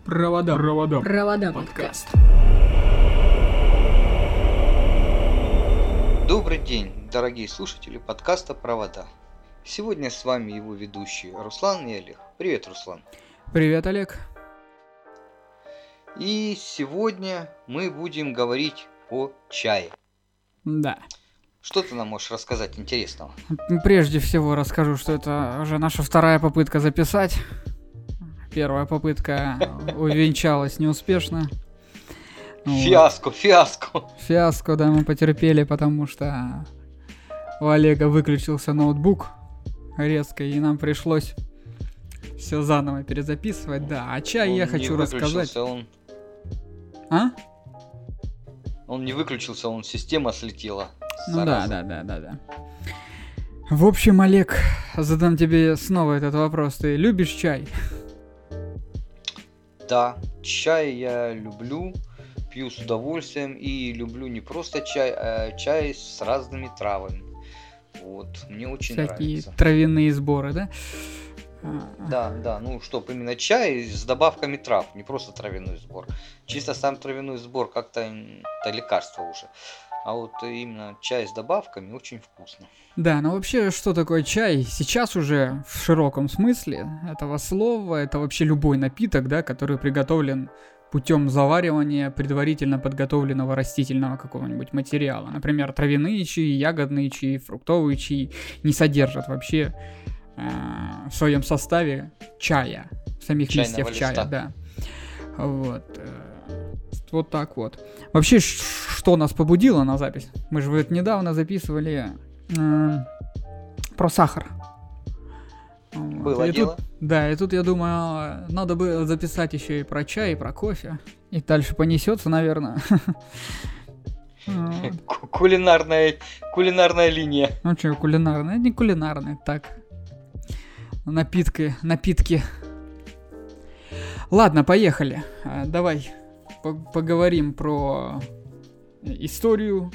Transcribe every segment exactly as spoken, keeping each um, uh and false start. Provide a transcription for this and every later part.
Провода. Провода. Провода подкаст. Добрый день, дорогие слушатели подкаста «Провода». Сегодня с вами его ведущие Руслан и Олег. Привет, Руслан. Привет, Олег. И сегодня мы будем говорить о чае. Да. Что ты нам можешь рассказать интересного? Прежде всего расскажу, что это уже наша вторая попытка записать. Первая попытка увенчалась неуспешно. Фиаско, вот. фиаско. Фиаско, да, мы потерпели, потому что у Олега выключился ноутбук резко, и нам пришлось все заново перезаписывать. Да, а чай он я хочу рассказать. Он... А? Он не выключился, он система слетела. Ну да, да, да, да, да. В общем, Олег, задам тебе снова этот вопрос. Ты любишь чай? Да, чай я люблю, пью с удовольствием, и люблю не просто чай, а чай с разными травами. Вот, мне очень Всякие нравится. Всякие травяные сборы, да? Да, да, ну чтоб именно чай с добавками трав, не просто травяной сбор. Чисто сам травяной сбор как-то это лекарство уже. А вот именно чай с добавками очень вкусно. Да, но вообще, что такое чай? Сейчас уже в широком смысле этого слова, это вообще любой напиток, да, который приготовлен путем заваривания предварительно подготовленного растительного какого-нибудь материала. Например, травяные чаи, ягодные чаи, фруктовые чаи не содержат вообще э, в своем составе чая, самих чайного листьев листа. чая, да. Вот. Вот так вот. Вообще, что нас побудило на запись? Мы же вот недавно записывали э, про сахар. Было и дело. Тут, да, и тут я думаю, надо бы записать еще и про чай, и про кофе. И дальше понесется, наверное. Кулинарная, кулинарная линия. Ну что, кулинарная? Не кулинарная, так. Напитки, напитки. Ладно, поехали. Давай поговорим про историю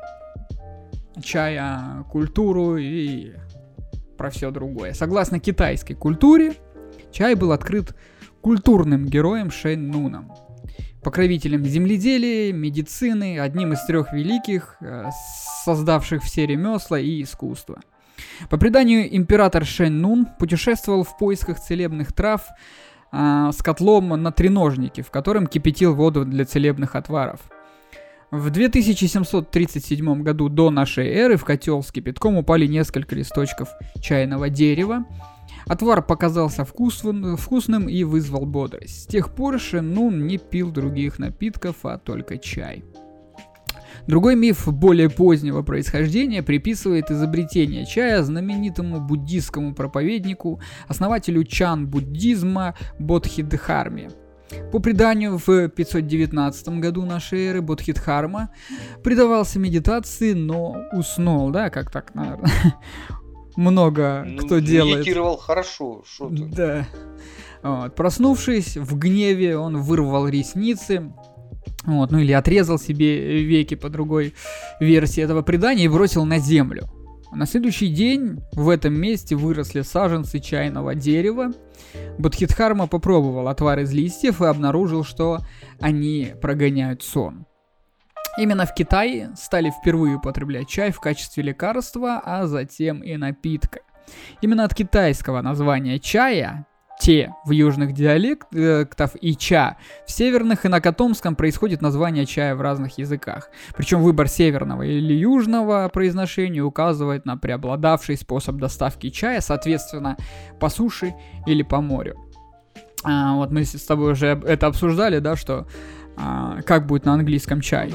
чая, культуру и про все другое. Согласно китайской культуре, чай был открыт культурным героем Шэнь Нуном, покровителем земледелия, медицины, одним из трех великих, создавших все ремесла и искусства. По преданию, император Шэнь Нун путешествовал в поисках целебных трав а, с котлом на треножнике, в котором кипятил воду для целебных отваров. В две тысячи семьсот тридцать седьмом году до нашей эры в котел с кипятком упали несколько листочков чайного дерева. Отвар показался вкусным, вкусным и вызвал бодрость. С тех пор Шэнь Нун не пил других напитков, а только чай. Другой миф более позднего происхождения приписывает изобретение чая знаменитому буддийскому проповеднику, основателю чан-буддизма Бодхидхарме. По преданию, в пятьсот девятнадцатом году нашей эры Бодхидхарма предавался медитации, но уснул, да, как так, наверное, много ну, кто делает. Медитировал хорошо, что ты. Да. Вот. Проснувшись в гневе, он вырвал ресницы, вот, ну или отрезал себе веки по другой версии этого предания и бросил на землю. На следующий день в этом месте выросли саженцы чайного дерева. Бодхидхарма попробовал отвар из листьев и обнаружил, что они прогоняют сон. Именно в Китае стали впервые употреблять чай в качестве лекарства, а затем и напитка. Именно от китайского названия чая, те в южных диалектах и ча в северных, и на котомском происходит название чая в разных языках. Причем выбор северного или южного произношения указывает на преобладавший способ доставки чая, соответственно, по суше или по морю. А, вот мы с тобой уже это обсуждали, да, что а, как будет на английском чай.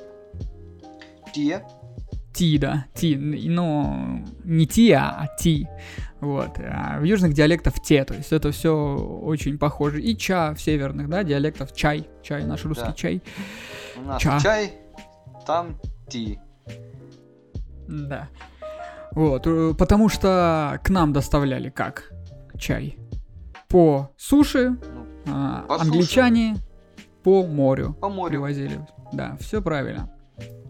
Ти. Ти, да, ти, ну, не ти, а ти. Вот. А в южных диалектах те, то есть это все очень похоже. И ча в северных, да, диалектах чай, чай, наш русский да. чай. У нас ча. чай, там ти. Да. Вот, потому что к нам доставляли как чай? По суше, ну, а, по англичане суше. по морю. По морю. Привозили. Да, все правильно.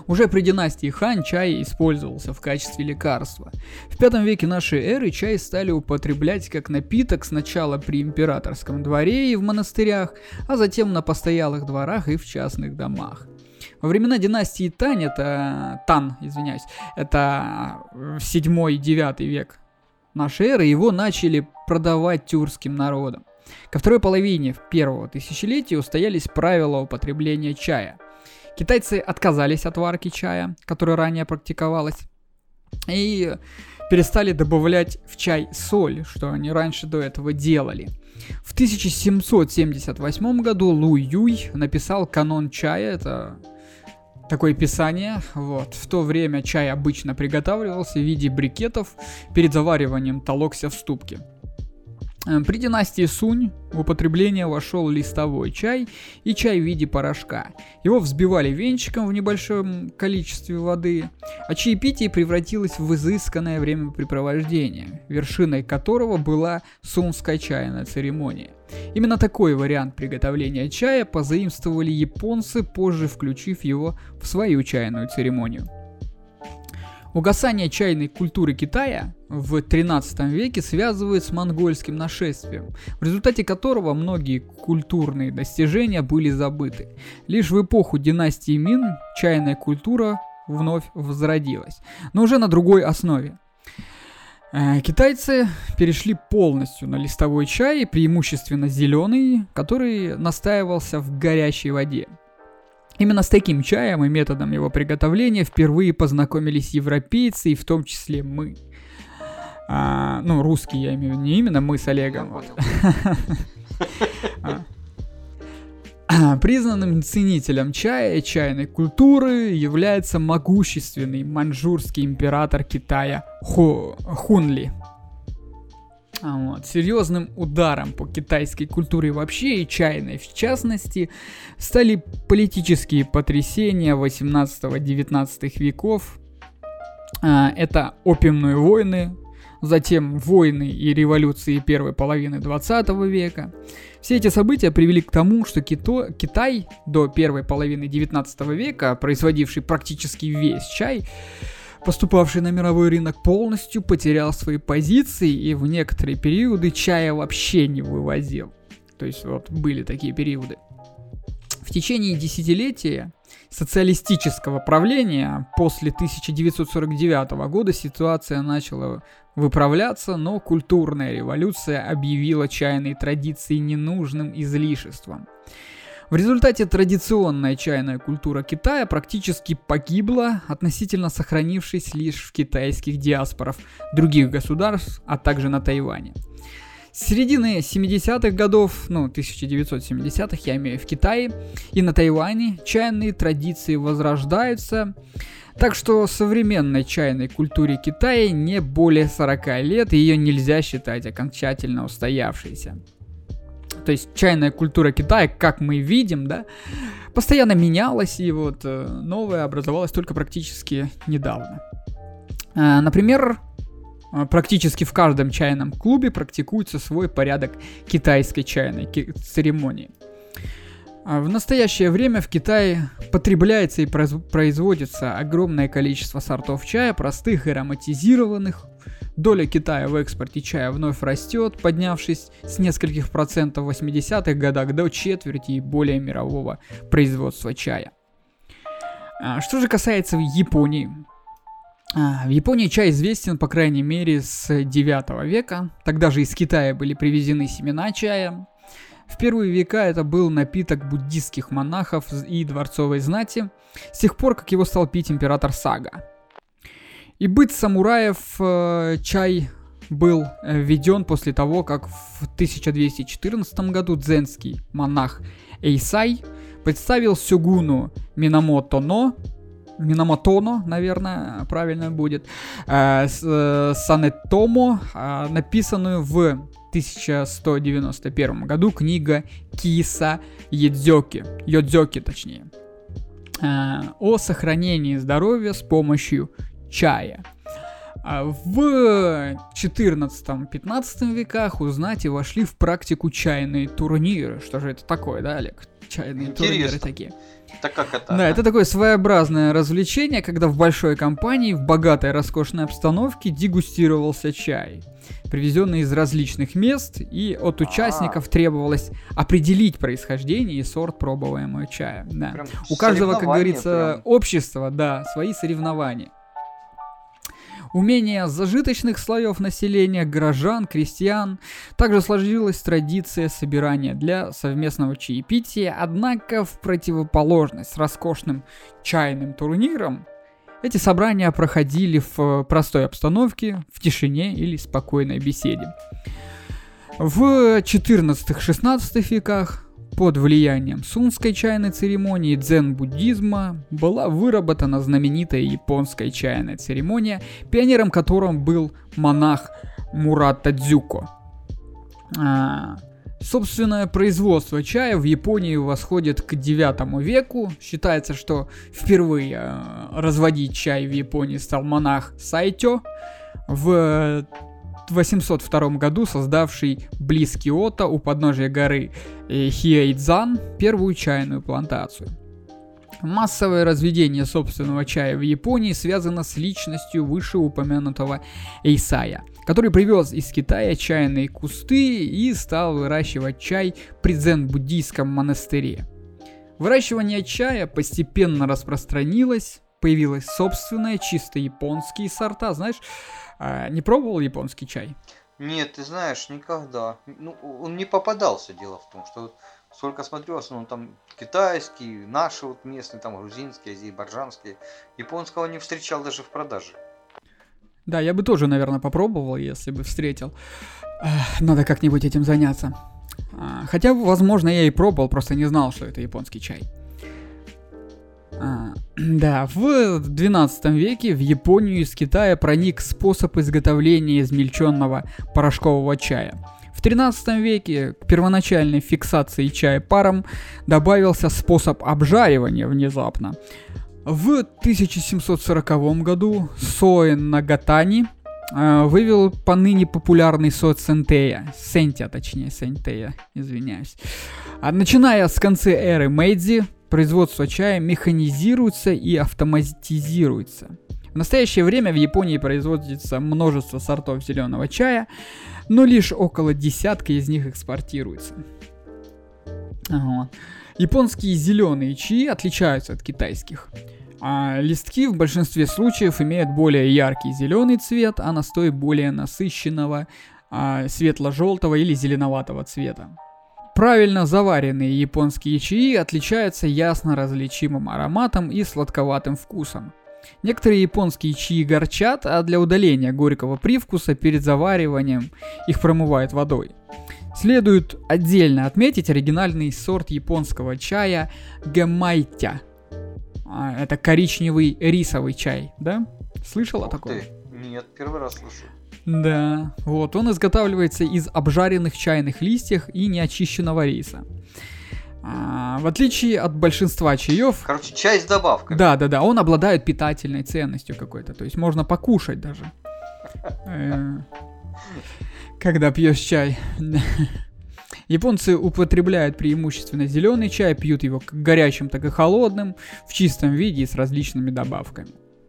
Уже при династии Хан чай использовался в качестве лекарства. В пятом веке нашей эры чай стали употреблять как напиток сначала при императорском дворе и в монастырях, а затем на постоялых дворах и в частных домах. Во времена династии Тань, это Тан, извиняюсь, это седьмой-девятый век нашей эры, его начали продавать тюркским народам. Ко второй половине первого тысячелетия устоялись правила употребления чая. Китайцы отказались от варки чая, которая ранее практиковалась, и перестали добавлять в чай соль, что они раньше до этого делали. В тысяча семьсот семьдесят восьмом году Лу Юй написал канон чая, это такое писание. Вот. В то время чай обычно приготавливался в виде брикетов, перед завариванием толокся в ступке. При династии Сунь в употребление вошел листовой чай и чай в виде порошка. Его взбивали венчиком в небольшом количестве воды, а чаепитие превратилось в изысканное времяпрепровождение, вершиной которого была сунская чайная церемония. Именно такой вариант приготовления чая позаимствовали японцы, позже включив его в свою чайную церемонию. Угасание чайной культуры Китая в тринадцатом веке связывают с монгольским нашествием, в результате которого многие культурные достижения были забыты. Лишь в эпоху династии Мин чайная культура вновь возродилась, но уже на другой основе. Китайцы перешли полностью на листовой чай, преимущественно зеленый, который настаивался в горячей воде. Именно с таким чаем и методом его приготовления впервые познакомились европейцы, и в том числе мы. А, ну, русские, я имею в виду, не именно мы с Олегом. Вот. Признанным ценителем чая и чайной культуры является могущественный маньчжурский император Китая Ху, Хунли. Вот. Серьезным ударом по китайской культуре вообще и чайной в частности стали политические потрясения восемнадцатого-девятнадцатого веков. Это опиумные войны, затем войны и революции первой половины двадцатого века. Все эти события привели к тому, что Кито, Китай до первой половины девятнадцатого века, производивший практически весь чай, поступавший на мировой рынок, полностью потерял свои позиции и в некоторые периоды чая вообще не вывозил. То есть вот были такие периоды. В течение десятилетия социалистического правления после тысяча девятьсот сорок девятого года ситуация начала выправляться, но культурная революция объявила чайные традиции ненужным излишеством. В результате традиционная чайная культура Китая практически погибла, относительно сохранившись лишь в китайских диаспорах других государств, а также на Тайване. С середины семидесятых годов, ну, тысяча девятьсот семидесятых, я имею в Китае и на Тайване, чайные традиции возрождаются, так что современной чайной культуре Китая не более сорок лет, и ее нельзя считать окончательно устоявшейся. То есть чайная культура Китая, как мы видим, да, постоянно менялась, и вот э, новая образовалась только практически недавно. Э, например, практически в каждом чайном клубе практикуется свой порядок китайской чайной ки- церемонии. В настоящее время в Китае потребляется и произ- производится огромное количество сортов чая, простых и ароматизированных. Доля Китая в экспорте чая вновь растет, поднявшись с нескольких процентов в восьмидесятых годах до четверти и более мирового производства чая. Что же касается Японии. В Японии чай известен, по крайней мере, с девятого века. Тогда же из Китая были привезены семена чая. В первые века это был напиток буддистских монахов и дворцовой знати, с тех пор, как его стал пить император Сага. И быт самураев э, чай был введен после того, как в тысяча двести четырнадцатом году дзенский монах Эйсай представил сёгуну Минамото-но, Минамото-но, наверное, правильно будет, э, с, э, Санэтомо, э, написанную в тысяча сто девяносто первом году книга Киса Йодзёки, Йодзёки точнее, э, о сохранении здоровья с помощью чая. А в четырнадцатом-пятнадцатом веках у знати вошли в практику чайные турниры. Что же это такое, да, Олег? Чайные Интересно. турниры такие. Так как это? Да, это такое своеобразное развлечение, когда в большой компании, в богатой роскошной обстановке дегустировался чай, привезенный из различных мест, и от участников требовалось определить происхождение и сорт пробуемого чая. Да. Прям У каждого, как соревнования говорится, прям. общества, да, свои соревнования. Умение зажиточных слоев населения, горожан, крестьян, также сложилась традиция собирания для совместного чаепития, однако в противоположность с роскошным чайным турниром, эти собрания проходили в простой обстановке, в тишине или спокойной беседе. В четырнадцатом-шестнадцатом веках под влиянием сунской чайной церемонии дзен-буддизма была выработана знаменитая японская чайная церемония, пионером которой был монах Мурата Дзюко. А, собственное производство чая в Японии восходит к девятому веку. Считается, что впервые а, разводить чай в Японии стал монах Сайтё в восемьсот втором году, создавший близ Киото у подножия горы Хиэйдзан первую чайную плантацию. Массовое разведение собственного чая в Японии связано с личностью вышеупомянутого Эйсая, который привез из Китая чайные кусты и стал выращивать чай при дзен-буддийском монастыре. Выращивание чая постепенно распространилось, появилась собственная чисто японские сорта. Знаешь, а, не пробовал японский чай? Нет, ты знаешь, никогда. Ну, он не попадался, дело в том, что вот сколько смотрел, в основном там китайский, наши вот местные, там грузинские, азербайджанские. Японского не встречал даже в продаже. Да, я бы тоже, наверное, попробовал, если бы встретил. Эх, надо как-нибудь этим заняться. А, хотя, возможно, я и пробовал, просто не знал, что это японский чай. А, да, в двенадцатом веке в Японию из Китая проник способ изготовления измельченного порошкового чая. В тринадцатом веке к первоначальной фиксации чая паром добавился способ обжаривания внезапно. В тысяча семьсот сороковом году Соэн Нагатани э, вывел поныне популярный сорт Сентея, Сентя, точнее, Сентея, извиняюсь. А начиная с конца эры Мэйдзи, производство чая механизируется и автоматизируется. В настоящее время в Японии производится множество сортов зеленого чая, но лишь около десятка из них экспортируется. Ага. Японские зеленые чаи отличаются от китайских. А листки в большинстве случаев имеют более яркий зеленый цвет, а настой более насыщенного а, светло-желтого или зеленоватого цвета. Правильно заваренные японские чаи отличаются ясно различимым ароматом и сладковатым вкусом. Некоторые японские чаи горчат, а для удаления горького привкуса перед завариванием их промывают водой. Следует отдельно отметить оригинальный сорт японского чая гэмайтя. Это коричневый рисовый чай, да? Слышал о таком? Нет, первый раз слышу. Да, вот, он изготавливается из обжаренных чайных листьев и неочищенного риса. А, в отличие от большинства чаев... Короче, чай с добавкой. Да, да, да, он обладает питательной ценностью какой-то, то есть можно покушать даже, когда пьешь чай. Японцы употребляют преимущественно зеленый чай, пьют его как горячим, так и холодным, в чистом виде и с различными добавками.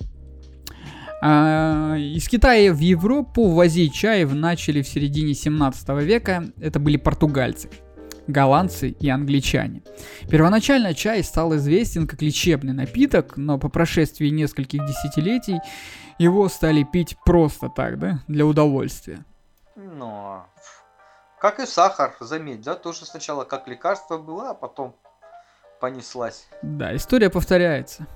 А, из Китая в Европу возить чай начали в середине семнадцатого века. Это были португальцы, голландцы и англичане. Первоначально чай стал известен как лечебный напиток, но по прошествии нескольких десятилетий его стали пить просто так, да, для удовольствия. Но как и сахар, заметь, да, тоже сначала как лекарство было, а потом понеслась. Да, история повторяется.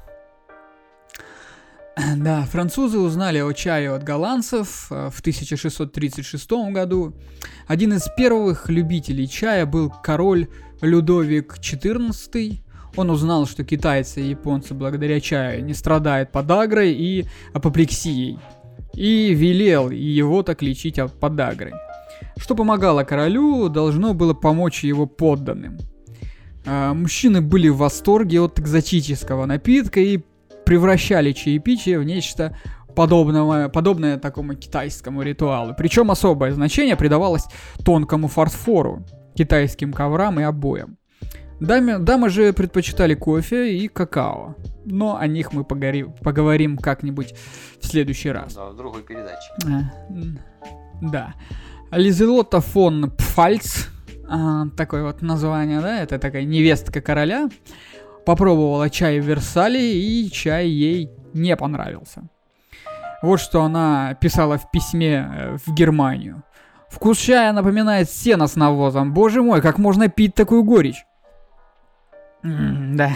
Да, французы узнали о чае от голландцев в тысяча шестьсот тридцать шестом году. Один из первых любителей чая был король Людовик четырнадцатый. Он узнал, что китайцы и японцы благодаря чаю не страдают подагрой и апоплексией, и велел его так лечить от подагры. Что помогало королю, должно было помочь его подданным. А, мужчины были в восторге от экзотического напитка и превращали чаепитие в нечто подобного, подобное такому китайскому ритуалу. Причем особое значение придавалось тонкому фарфору, китайским коврам и обоям. Дамы, дамы же предпочитали кофе и какао, но о них мы погори, поговорим как-нибудь в следующий раз. Да, в другой передаче. Да. Лизелота фон Пфальц, такое вот название, да, это такая невестка короля, попробовала чай в Версале, и чай ей не понравился. Вот что она писала в письме в Германию. «Вкус чая напоминает сено с навозом. Боже мой, как можно пить такую горечь?» Mm, да.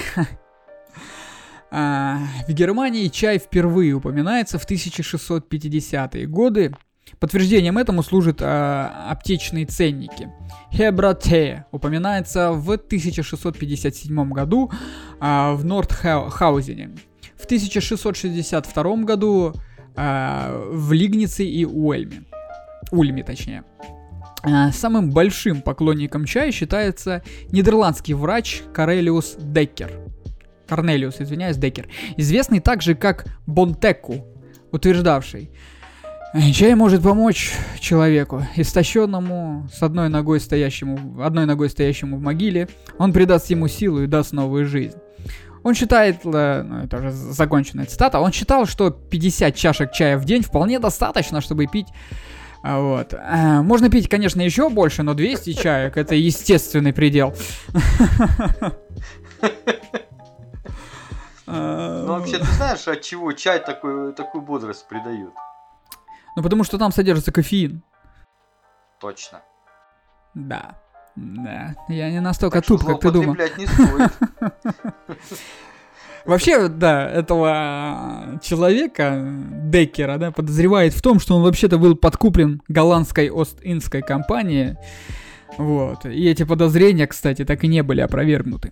а, в Германии чай впервые упоминается в тысяча шестьсот пятидесятые годы. Подтверждением этому служат а, аптечные ценники. Хебрате упоминается в тысяча шестьсот пятьдесят седьмом году а, в Нордхаузене. В тысяча шестьсот шестьдесят втором году а, в Лигнице и Уэльме. Ульме, точнее. Самым большим поклонником чая считается нидерландский врач Корнелиус Деккер. Корнелиус, извиняюсь, Деккер. Известный также как Бонтекку, утверждавший: чай может помочь человеку, истощенному, с одной ногой стоящему, одной ногой стоящему в могиле. Он придаст ему силу и даст новую жизнь. Он считает, ну это уже законченная цитата, он считал, что пятьдесят чашек чая в день вполне достаточно, чтобы пить. Вот. Можно пить, конечно, еще больше, но двести чаек — это естественный предел. Ну, вообще, ты знаешь, от чего чай такой, такую бодрость придает? Ну, потому что там содержится кофеин. Точно. Да. Да. Я не настолько туп, как ты думал. Не стоит. Вообще, да, этого человека, Деккера, да, подозревает в том, что он вообще-то был подкуплен голландской Ост-Индской компанией. Вот. И эти подозрения, кстати, так и не были опровергнуты.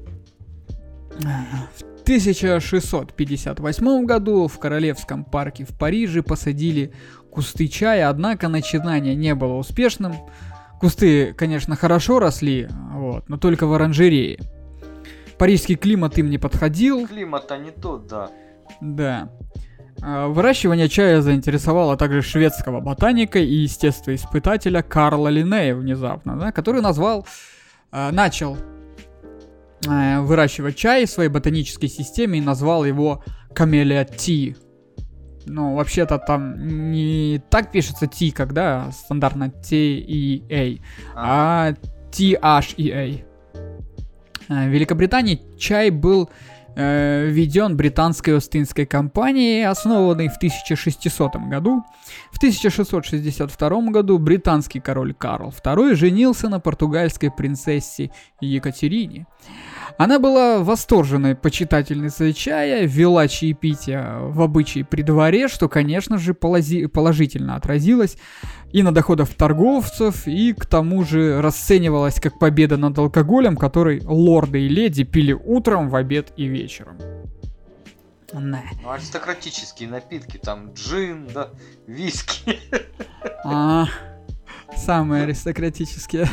В тысяча шестьсот пятьдесят восьмом году в Королевском парке в Париже посадили кусты чая, однако начинание не было успешным. Кусты, конечно, хорошо росли, вот, но только в оранжерее. Парижский климат им не подходил. Климат-то не тот, да. Да. Выращивание чая заинтересовало также шведского ботаника и естествоиспытателя Карла Линнея внезапно, да, который назвал, начал выращивать чай в своей ботанической системе и назвал его Camellia Tea. Ну, вообще-то там не так пишется T, когда стандартно T E A, а T H E A. В Великобритании чай был э, введен британской Ост-Индской компанией, основанной в тысяча шестисотом году. В тысяча шестьсот шестьдесят втором году британский король Карл второй женился на португальской принцессе Екатерине. Она была восторженной почитательницей чая, ввела чаепитие в обычай при дворе, что, конечно же, полози- положительно отразилось и на доходах торговцев, и к тому же расценивалось как победа над алкоголем, который лорды и леди пили утром, в обед и вечером. Ну, аристократические напитки, там джин, да, виски. А, самые аристократические.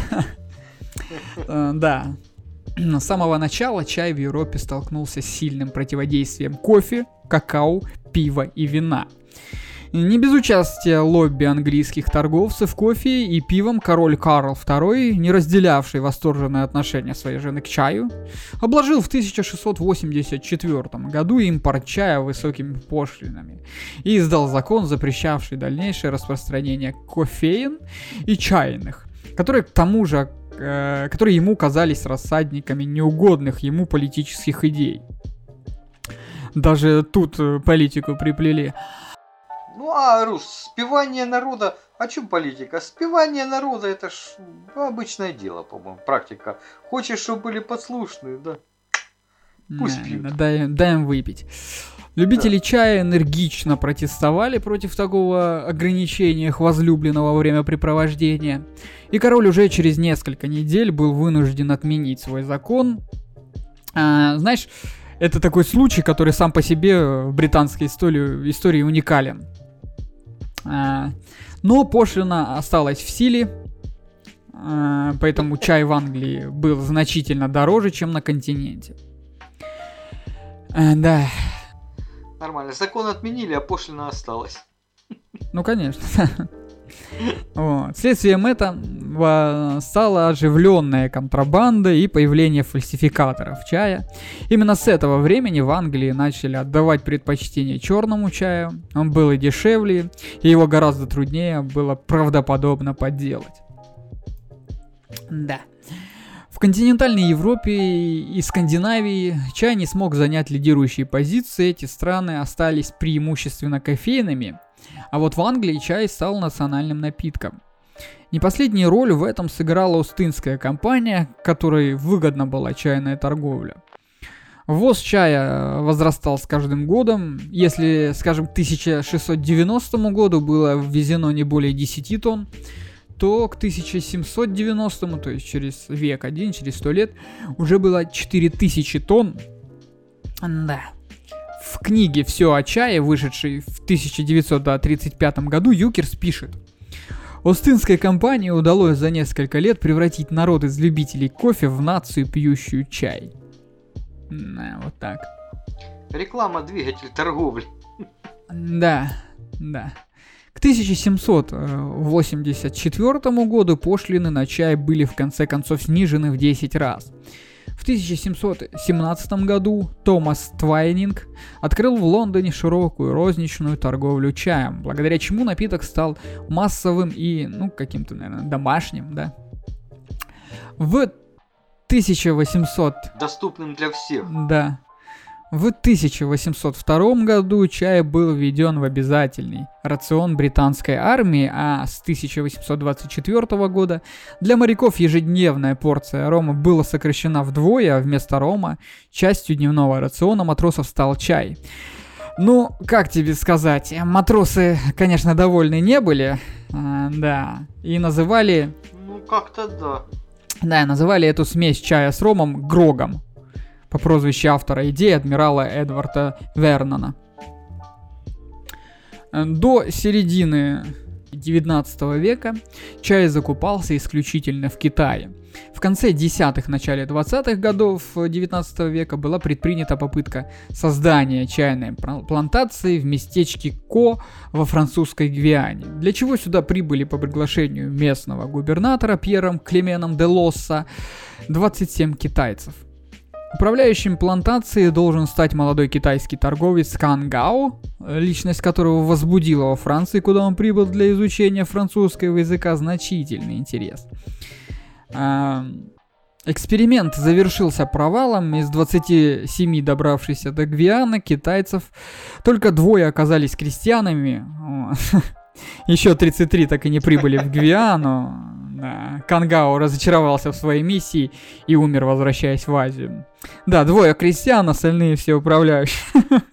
Да. С самого начала чай в Европе столкнулся с сильным противодействием кофе, какао, пива и вина. Не без участия лобби английских торговцев кофе и пивом король Карл второй, не разделявший восторженное отношение своей жены к чаю, обложил в тысяча шестьсот восемьдесят четвёртом году импорт чая высокими пошлинами и издал закон, запрещавший дальнейшее распространение кофеин и чайных, которые к тому же э, которые ему казались рассадниками неугодных ему политических идей. Даже тут политику приплели. Ну а, Рус, спивание народа, о чем политика? Спивание народа — это ж обычное дело, по-моему, практика. Хочешь, чтобы были послушные, да? Пусть пьют. Дай, дай им выпить. Любители да. чая энергично протестовали против такого ограничения их возлюбленного времяпрепровождения. И король уже через несколько недель был вынужден отменить свой закон. А, знаешь, это такой случай, который сам по себе в британской истории, истории уникален. А, но пошлина осталась в силе, а, поэтому чай в Англии был значительно дороже, чем на континенте. А, да. Нормально. Закон отменили, а пошлина осталась. Ну, конечно. Вот. Следствием этого стала оживленная контрабанда и появление фальсификаторов чая. Именно с этого времени в Англии начали отдавать предпочтение черному чаю. Он был и дешевле, и его гораздо труднее было правдоподобно подделать. Да. В континентальной Европе и Скандинавии чай не смог занять лидирующие позиции, эти страны остались преимущественно кофейными, а вот в Англии чай стал национальным напитком. Не последнюю роль в этом сыграла Остинская компания, которой выгодна была чайная торговля. Ввоз чая возрастал с каждым годом. Если, скажем, к тысяча шестьсот девяностому году было ввезено не более десять тонн, то к тысяча семьсот девяностому, то есть через век один, через сто лет, уже было четыре тысячи тонн. Да. В книге «Все о чае», вышедшей в тысяча девятьсот тридцать пятом году, Юкерс пишет: Остинской компании удалось за несколько лет превратить народ из любителей кофе в нацию, пьющую чай. Да, вот так. Реклама — двигатель торговли. Да, да. К тысяча семьсот восемьдесят четвёртому году пошлины на чай были в конце концов снижены в десять раз. В тысяча семьсот семнадцатом году Томас Твайнинг открыл в Лондоне широкую розничную торговлю чаем, благодаря чему напиток стал массовым и, ну, каким-то, наверное, домашним, да. В тысяча восемьсот... Доступным для всех. Да. В тысяча восемьсот втором году чай был введен в обязательный рацион британской армии, а с тысяча восемьсот двадцать четвёртого года для моряков ежедневная порция рома была сокращена вдвое, а вместо рома частью дневного рациона матросов стал чай. Ну, как тебе сказать, матросы, конечно, довольны не были, а, да, и называли... Ну, как-то да. Да, называли эту смесь чая с ромом грогом, по прозвищу автора идеи адмирала Эдварда Вернона. До середины девятнадцатого века чай закупался исключительно в Китае. В конце десятых, начале двадцатых годов девятнадцатого века была предпринята попытка создания чайной плантации в местечке Ко во французской Гвиане, для чего сюда прибыли по приглашению местного губернатора Пьером Клеменом де Лосса двадцать семь китайцев. Управляющим плантацией должен стать молодой китайский торговец Кан Гао, личность которого возбудила во Франции, куда он прибыл для изучения французского языка, значительный интерес. Эксперимент завершился провалом. Из двадцати семи добравшихся до Гвианы китайцев только двое оказались крестьянами. Еще тридцать три так и не прибыли в Гвиану. Да. Кан Гао разочаровался в своей миссии и умер, возвращаясь в Азию. Да, двое крестьян, остальные все управляющие.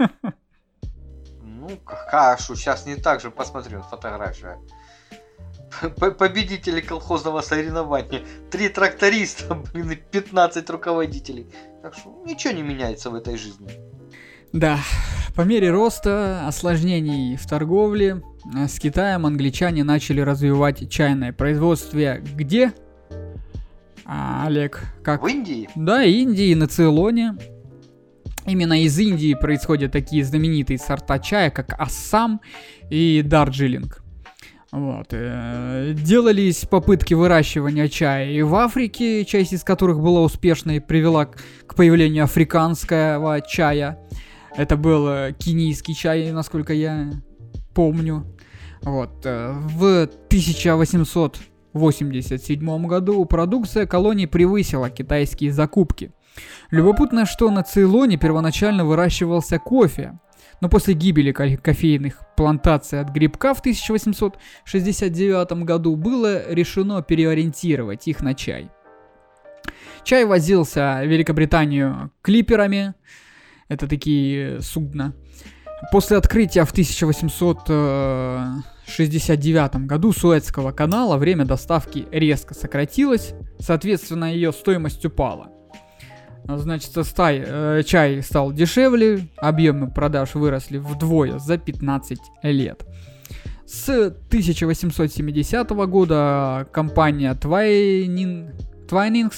Ну, хорошо, сейчас не так же, посмотрю фотографию. Победители колхозного соревнования. Три тракториста, блин, и пятнадцать руководителей. Так что ничего не меняется в этой жизни. Да, по мере роста осложнений в торговле с Китаем англичане начали развивать чайное производство где? А, Олег, как? В Индии? Да, Индии, на Цейлоне. Именно из Индии происходят такие знаменитые сорта чая, как Ассам и Дарджилинг. Вот. Делались попытки выращивания чая и в Африке, часть из которых была успешной и привела к появлению африканского чая. Это был кенийский чай, насколько я помню. Вот. В тысяча восемьсот восемьдесят седьмом году продукция колоний превысила китайские закупки. Любопытно, что на Цейлоне первоначально выращивался кофе, но после гибели кофейных плантаций от грибка в тысяча восемьсот шестьдесят девятом году было решено переориентировать их на чай. Чай возился в Великобританию клиперами, это такие судна. После открытия в тысяча восемьсот шестьдесят девятом году Суэцкого канала время доставки резко сократилось, соответственно, ее стоимость упала. Значит, стай, э, чай стал дешевле, объемы продаж выросли вдвое за пятнадцать лет. С тысяча восемьсот семидесятого года компания Twinings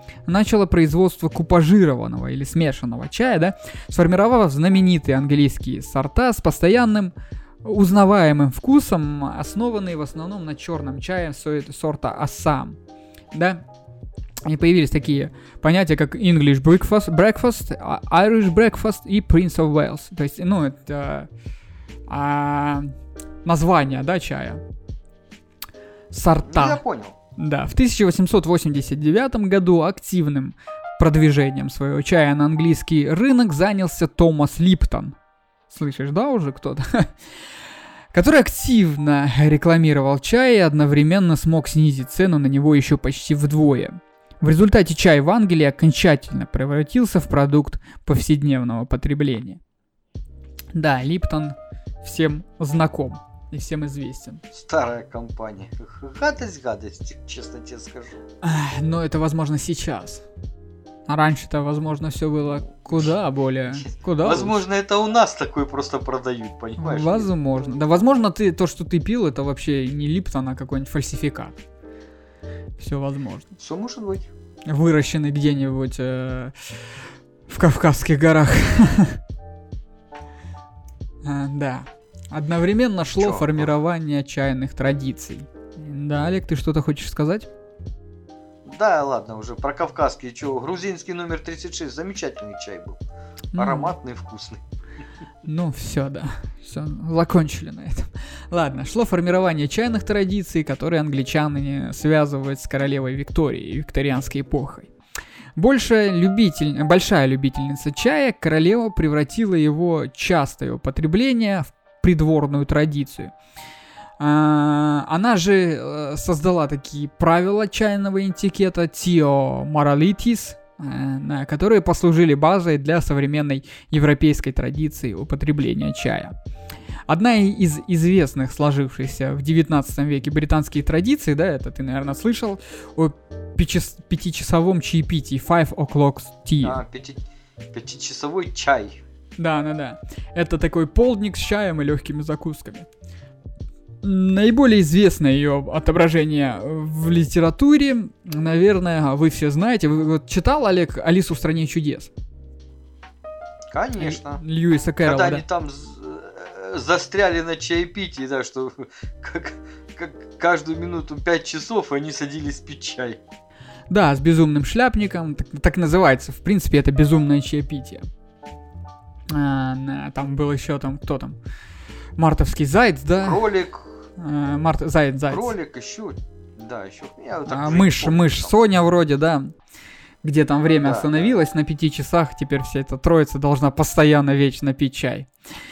начало производство купажированного или смешанного чая, да, сформировав знаменитые английские сорта с постоянным узнаваемым вкусом, основанные в основном на черном чае сорта Ассам, да. И появились такие понятия, как English breakfast, breakfast, Irish breakfast и Prince of Wales. То есть, ну, это а, название, да, чая. Сорта. Ну, я понял. Да, в тысяча восемьсот восемьдесят девятом году активным продвижением своего чая на английский рынок занялся Томас Липтон. Слышишь, да, уже кто-то? Который активно рекламировал чай и одновременно смог снизить цену на него еще почти вдвое. В результате чай в Англии окончательно превратился в продукт повседневного потребления. Да, Липтон всем знаком и всем известен. Старая компания. Гадость гадости, честно тебе скажу. Но это возможно сейчас. А раньше-то, возможно, все было куда более... Куда возможно, лучше. Это у нас такой просто продают, понимаешь? Возможно. Да, возможно, ты, то, что ты пил, это вообще не Липтон, а какой-нибудь фальсификат. Все возможно. Все может быть. Выращенный где-нибудь э, в Кавказских горах. Да. Одновременно шло Чё? формирование чайных традиций. Да, Олег, ты что-то хочешь сказать? Да, ладно, уже про кавказский. Чё, грузинский номер тридцать шесть, замечательный чай был. Ароматный, вкусный. Ну, все, да. Все, закончили на этом. Ладно, шло формирование чайных традиций, которые англичане связывают с королевой Викторией и викторианской эпохой. Большая, любитель... Большая любительница чая, королева превратила его частое употребление в придворную традицию. Она же создала такие правила чайного этикета Tio Moralities, которые послужили базой для современной европейской традиции употребления чая. Одна из известных сложившихся в девятнадцатом веке британских традиций, да, это ты, наверное, слышал, о пяти- пятичасовом чаепитии, five o'clock tea. А, пяти- пятичасовой чай. Да, да, да. Это такой полдник с чаем и легкими закусками. Наиболее известное ее отображение в литературе, наверное, вы все знаете. Вы вот читал, Олег, «Алису в стране чудес»? Конечно. Льюиса Кэрролла, Когда да. они там застряли на чаепитии, да, что как, как каждую минуту пять часов они садились пить чай. Да, с безумным шляпником, так, так называется. В принципе, это безумное чаепитие. А, там был еще там, кто там? Мартовский заяц, да? Кролик. А, Март... Заяц, заяц. Кролик, еще, да, еще. Я вот а, мышь, помню, мышь, там. Соня вроде, да. Где там время да, остановилось да. на пяти часах, теперь вся эта троица должна постоянно вечно пить чай.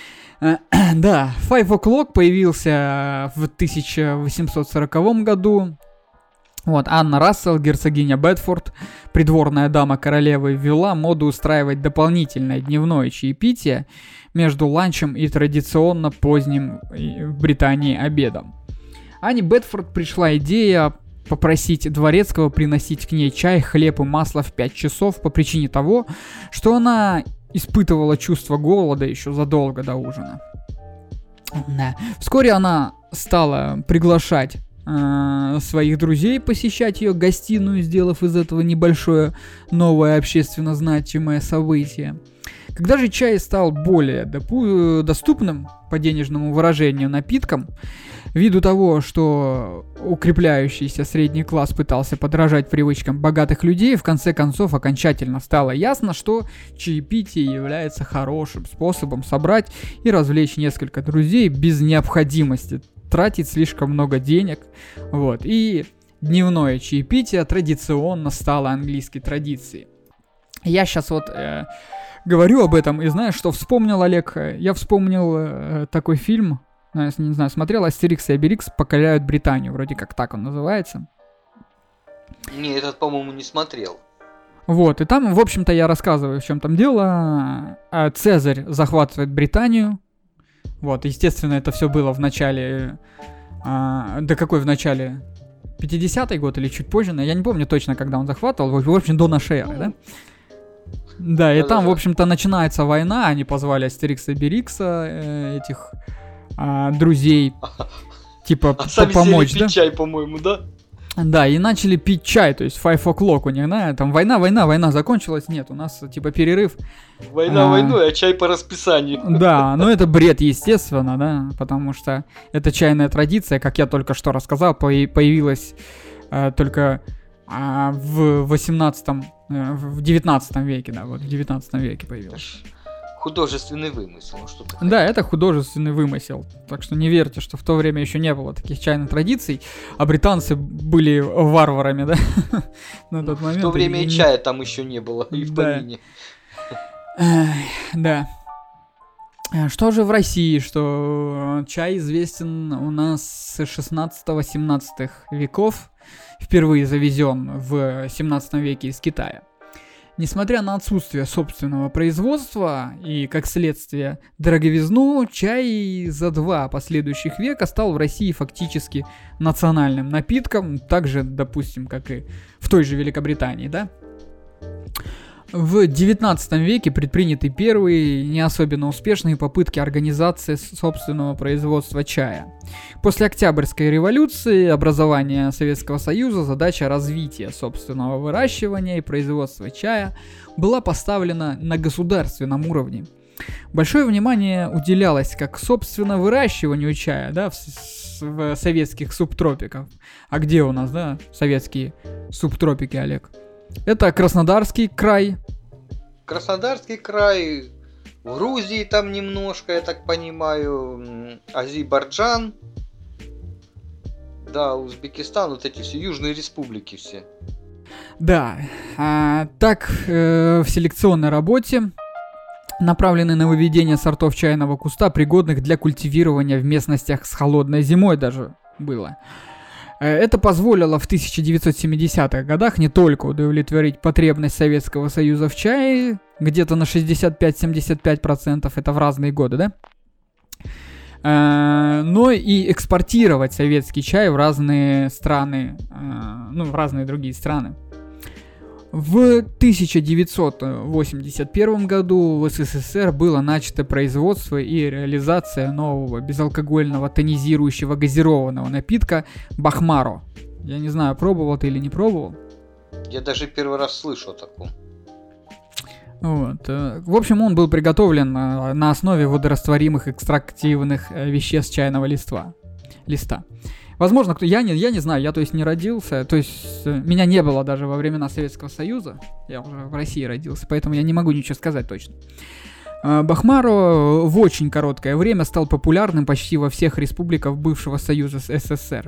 Да, Five O'Clock появился в тысяча восемьсот сороковом году. Вот, Анна Рассел, герцогиня Бедфорд, придворная дама королевы, ввела моду устраивать дополнительное дневное чаепитие между ланчем и традиционно поздним в Британии обедом. Анне Бедфорд пришла идея попросить дворецкого приносить к ней чай, хлеб и масло в пять часов по причине того, что она испытывала чувство голода еще задолго до ужина. Да. Вскоре она стала приглашать э, своих друзей посещать ее гостиную, сделав из этого небольшое новое общественно значимое событие. Когда же чай стал более допу- доступным по денежному выражению напитком, ввиду того, что укрепляющийся средний класс пытался подражать привычкам богатых людей, в конце концов окончательно стало ясно, что чаепитие является хорошим способом собрать и развлечь несколько друзей без необходимости тратить слишком много денег. Вот. И дневное чаепитие традиционно стало английской традицией. Я сейчас вот э, говорю об этом и знаешь, что вспомнил, Олег? Я вспомнил э, такой фильм. Не знаю, смотрел «Астерикс и Обеликс покоряют Британию». Вроде как так он называется. Не, этот, по-моему, не смотрел. Вот, и там, в общем-то, я рассказываю, в чем там дело. Цезарь захватывает Британию. Вот, естественно, это все было в начале... А, да какой в начале? пятидесятый год или чуть позже? Я не помню точно, когда он захватывал. В общем, до нашей эры, да? Да, и там, в общем-то, начинается война. Они позвали Астерикса и Обеликса, э, этих... А, друзей, типа, а сами помочь, сели да? пить чай, по-моему, да? Да, и начали пить чай, то есть five o'clock у них, да, там война, война, война закончилась, нет, у нас типа перерыв. Война а, войной, а чай по расписанию. Да, но это бред, естественно, да, потому что это чайная традиция, как я только что рассказал, появилась а, только а, в восемнадцатом, в девятнадцатом веке, да, вот в девятнадцатом веке появилась. Художественный вымысел, ну что такое? Да, это художественный вымысел, так что не верьте, что в то время еще не было таких чайных традиций, а британцы были варварами, да, на тот момент. В то время и чая там еще не было, и в помине. Да. Что же в России, что чай известен у нас с шестнадцатого-семнадцатого веков, впервые завезен в семнадцатом веке из Китая. Несмотря на отсутствие собственного производства и, как следствие, дороговизну, чай за два последующих века стал в России фактически национальным напитком, так же, допустим, как и в той же Великобритании, да? В девятнадцатом веке предприняты первые, не особенно успешные попытки организации собственного производства чая. После Октябрьской революции, образования Советского Союза, задача развития собственного выращивания и производства чая была поставлена на государственном уровне. Большое внимание уделялось как собственно выращиванию чая, да, в, в советских субтропиках. А где у нас, да, советские субтропики, Олег? Это Краснодарский край. Краснодарский край, в Грузии там немножко, я так понимаю, Азербайджан, да, Узбекистан, вот эти все южные республики все. Да, а, так э, в селекционной работе, направленной на выведение сортов чайного куста, пригодных для культивирования в местностях с холодной зимой даже было. Это позволило в тысяча девятьсот семидесятых годах не только удовлетворить потребность Советского Союза в чае, где-то на шестьдесят пять-семьдесят пять процентов, это в разные годы, да? Но и экспортировать советский чай в разные страны, ну, в разные другие страны. В тысяча девятьсот восемьдесят первом году в СССР было начато производство и реализация нового безалкогольного тонизирующего газированного напитка Бахмаро. Я не знаю, пробовал ты или не пробовал. Я даже первый раз слышу о таком. Вот. В общем, он был приготовлен на основе водорастворимых экстрактивных веществ чайного листва. листа. Возможно, кто я не, я не знаю, я то есть не родился, то есть меня не было даже во времена Советского Союза, я уже в России родился, поэтому я не могу ничего сказать точно. Бахмаро в очень короткое время стал популярным почти во всех республиках бывшего Союза СССР.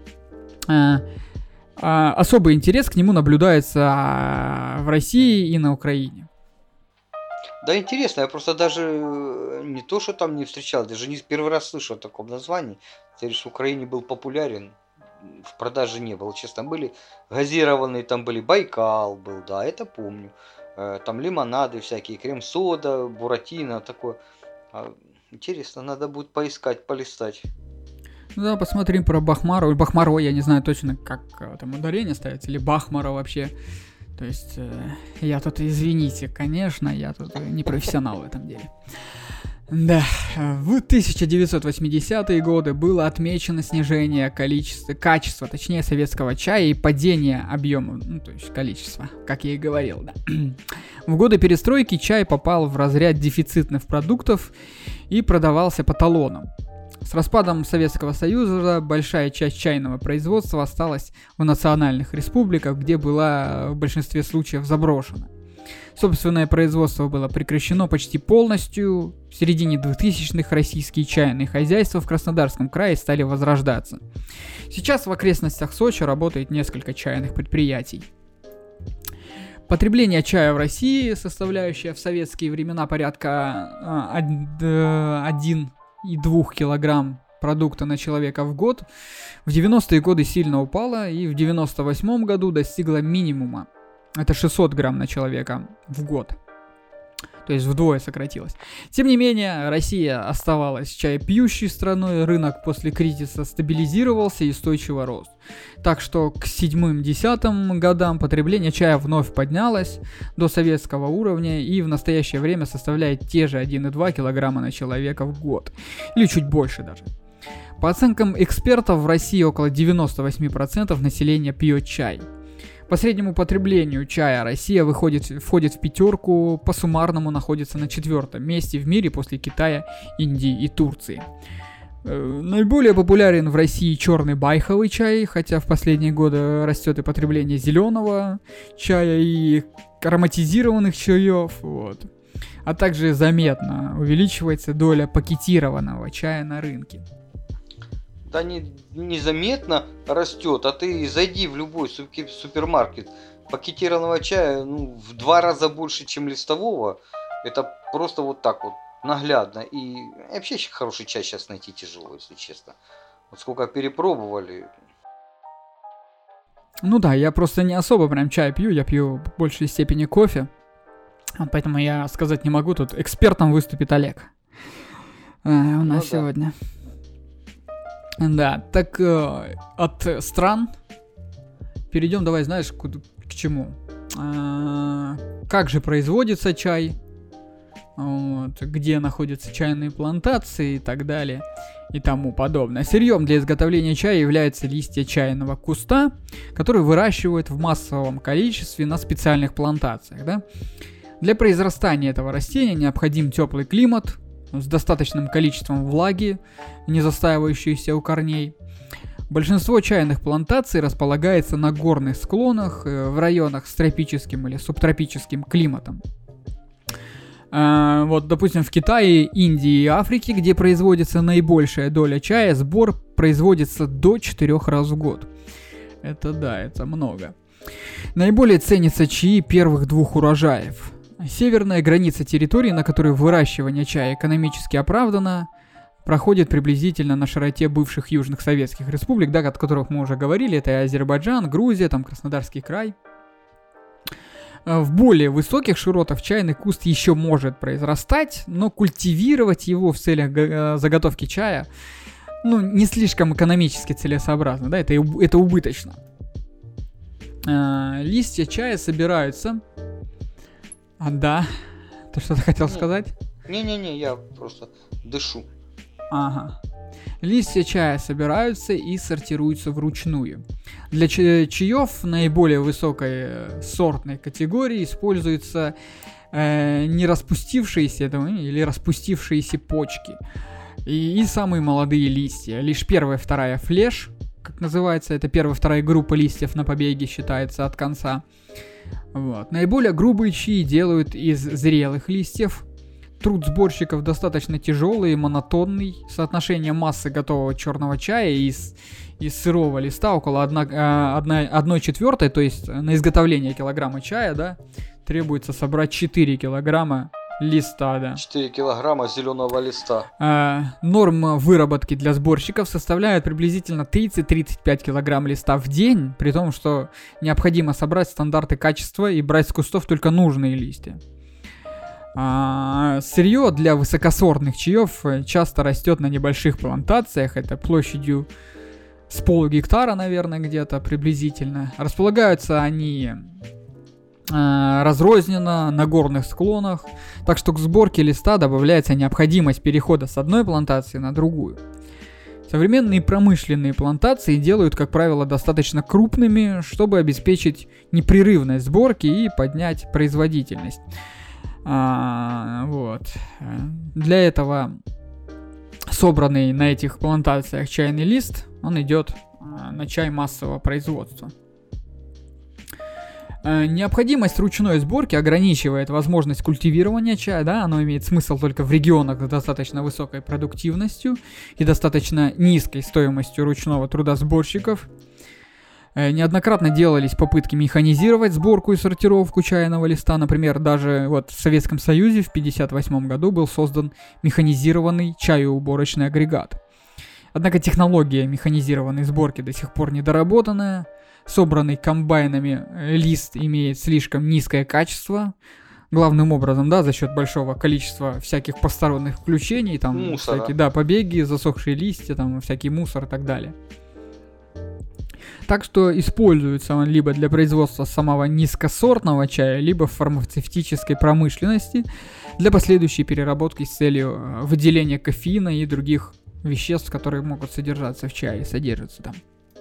Особый интерес к нему наблюдается в России и на Украине. Да, интересно, я просто даже не то, что там не встречал, даже не первый раз слышу о таком названии. Ты говоришь, в Украине был популярен, в продаже не было, честно, были газированные, там были Байкал был, да, это помню. Там лимонады всякие, крем-сода, буратино, такое. Интересно, надо будет поискать, полистать. Да, посмотрим про Бахмаро. Бахмаро, я не знаю точно, как там ударение ставится, или Бахмаро вообще. То есть, э, я тут, извините, конечно, я тут не профессионал в этом деле. Да, в тысяча девятьсот восьмидесятые годы было отмечено снижение количества, качества, точнее, советского чая и падение объема, ну, то есть количества, как я и говорил, да. В годы перестройки чай попал в разряд дефицитных продуктов и продавался по талонам. С распадом Советского Союза большая часть чайного производства осталась в национальных республиках, где была в большинстве случаев заброшена. Собственное производство было прекращено почти полностью. В середине двухтысячных российские чайные хозяйства в Краснодарском крае стали возрождаться. Сейчас в окрестностях Сочи работает несколько чайных предприятий. Потребление чая в России, составляющее в советские времена порядка один и два килограмм продукта на человека в год, в девяностые годы сильно упало и в девяносто восьмом году достигло минимума. Это шестьсот грамм на человека в год. То есть вдвое сократилось. Тем не менее, Россия оставалась чаепьющей страной, рынок после кризиса стабилизировался и устойчиво рос. Так что к седьмым-десятым годам потребление чая вновь поднялось до советского уровня и в настоящее время составляет те же один и два килограмма на человека в год. Или чуть больше даже. По оценкам экспертов, в России около девяносто восемь процентов населения пьет чай. По среднему потреблению чая Россия выходит, входит в пятерку, по суммарному находится на четвертом месте в мире после Китая, Индии и Турции. Э, наиболее популярен в России черный байховый чай, хотя в последние годы растет и потребление зеленого чая и ароматизированных чаев. Вот. А также заметно увеличивается доля пакетированного чая на рынке. Да не, незаметно растет, а ты зайди в любой супермаркет, пакетированного чая ну, в два раза больше, чем листового. Это просто вот так вот наглядно. И вообще хороший чай сейчас найти тяжело, если честно. Вот сколько перепробовали. Ну да, я просто не особо прям чай пью, я пью в большей степени кофе. Поэтому я сказать не могу, тут экспертом выступит Олег. А, у нас ну, сегодня. Да, так э, от стран перейдем, давай, знаешь, к, к чему? А, как же производится чай? Вот, где находятся чайные плантации и так далее и тому подобное. Сырьем для изготовления чая являются листья чайного куста, которые выращивают в массовом количестве на специальных плантациях. Да? Для произрастания этого растения необходим теплый климат с достаточным количеством влаги, не застаивающейся у корней. Большинство чайных плантаций располагается на горных склонах в районах с тропическим или субтропическим климатом. Вот, допустим, в Китае, Индии и Африке, где производится наибольшая доля чая, сбор производится до четырех раз в год. Это да, это много. Наиболее ценятся чаи первых двух урожаев. Северная граница территории, на которой выращивание чая экономически оправдано, проходит приблизительно на широте бывших южных советских республик, да, о которых мы уже говорили, это Азербайджан, Грузия, там Краснодарский край. В более высоких широтах чайный куст еще может произрастать, но культивировать его в целях заготовки чая, ну, не слишком экономически целесообразно, да, это, это убыточно. Листья чая собираются... А, да. Ты что-то хотел сказать? Не-не-не, я просто дышу. Ага. Листья чая собираются и сортируются вручную. Для ча- чаев наиболее высокой сортной категории используются э, не распустившиеся или распустившиеся почки и, и самые молодые листья. Лишь первая, вторая флеш, как называется, это первая, вторая группа листьев на побеге считается от конца. Вот. Наиболее грубые чаи делают из зрелых листьев. Труд сборщиков достаточно тяжелый и монотонный. Соотношение массы готового черного чая из, из сырого листа около одной четвертой, то есть на изготовление килограмма чая, да, требуется собрать четыре килограмма листа, да. четыре килограмма зеленого листа. А, норма выработки для сборщиков составляет приблизительно тридцать-тридцать пять килограмм листа в день, при том, что необходимо собрать стандарты качества и брать с кустов только нужные листья. А, сырье для высокосортных чаев часто растет на небольших плантациях, это площадью с полгектара, наверное, где-то приблизительно. Располагаются они разрозненно на горных склонах, так что к сборке листа добавляется необходимость перехода с одной плантации на другую. Современные промышленные плантации делают, как правило, достаточно крупными, чтобы обеспечить непрерывность сборки и поднять производительность. А, вот. Для этого собранный на этих плантациях чайный лист, он идет на чай массового производства. Необходимость ручной сборки ограничивает возможность культивирования чая, да, оно имеет смысл только в регионах с достаточно высокой продуктивностью и достаточно низкой стоимостью ручного труда сборщиков. Неоднократно делались попытки механизировать сборку и сортировку чайного листа, например, даже вот в Советском Союзе в пятьдесят восьмом году был создан механизированный чаеуборочный агрегат. Однако технология механизированной сборки до сих пор недоработанная. Собранный комбайнами лист имеет слишком низкое качество, главным образом, да, за счет большого количества всяких посторонних включений, там Мусора. всякие, да, побеги, засохшие листья, там всякий мусор и так далее. Так что используется он либо для производства самого низкосортного чая, либо в фармацевтической промышленности для последующей переработки с целью выделения кофеина и других веществ, которые могут содержаться в чае, содержатся там.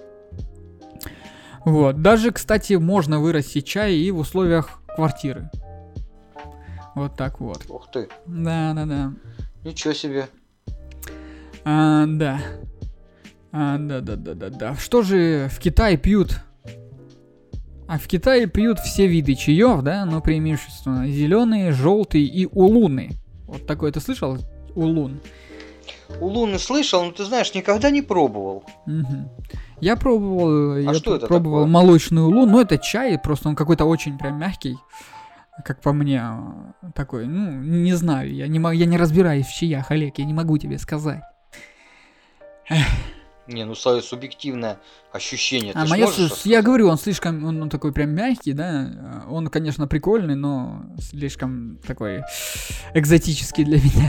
Вот. Даже, кстати, можно вырастить чай и в условиях квартиры. Вот так вот. Ух ты. Да, да, да. Ничего себе. А, да. А, да, да, да, да, да. Что же в Китае пьют? А в Китае пьют все виды чаев, да, но преимущественно зеленые, желтые и улуны. Вот такое ты слышал? Улун. Улуны слышал, но ты знаешь, никогда не пробовал. Угу. Я пробовал, а я что это пробовал такое? молочный улун, но это чай, просто он какой-то очень прям мягкий, как по мне, такой, ну, не знаю, я не, я не разбираюсь в чаях, Олег, я не могу тебе сказать. Не, ну свое субъективное ощущение. А ты мое, я говорю, он слишком, он, он такой прям мягкий, да, он, конечно, прикольный, но слишком такой экзотический для меня.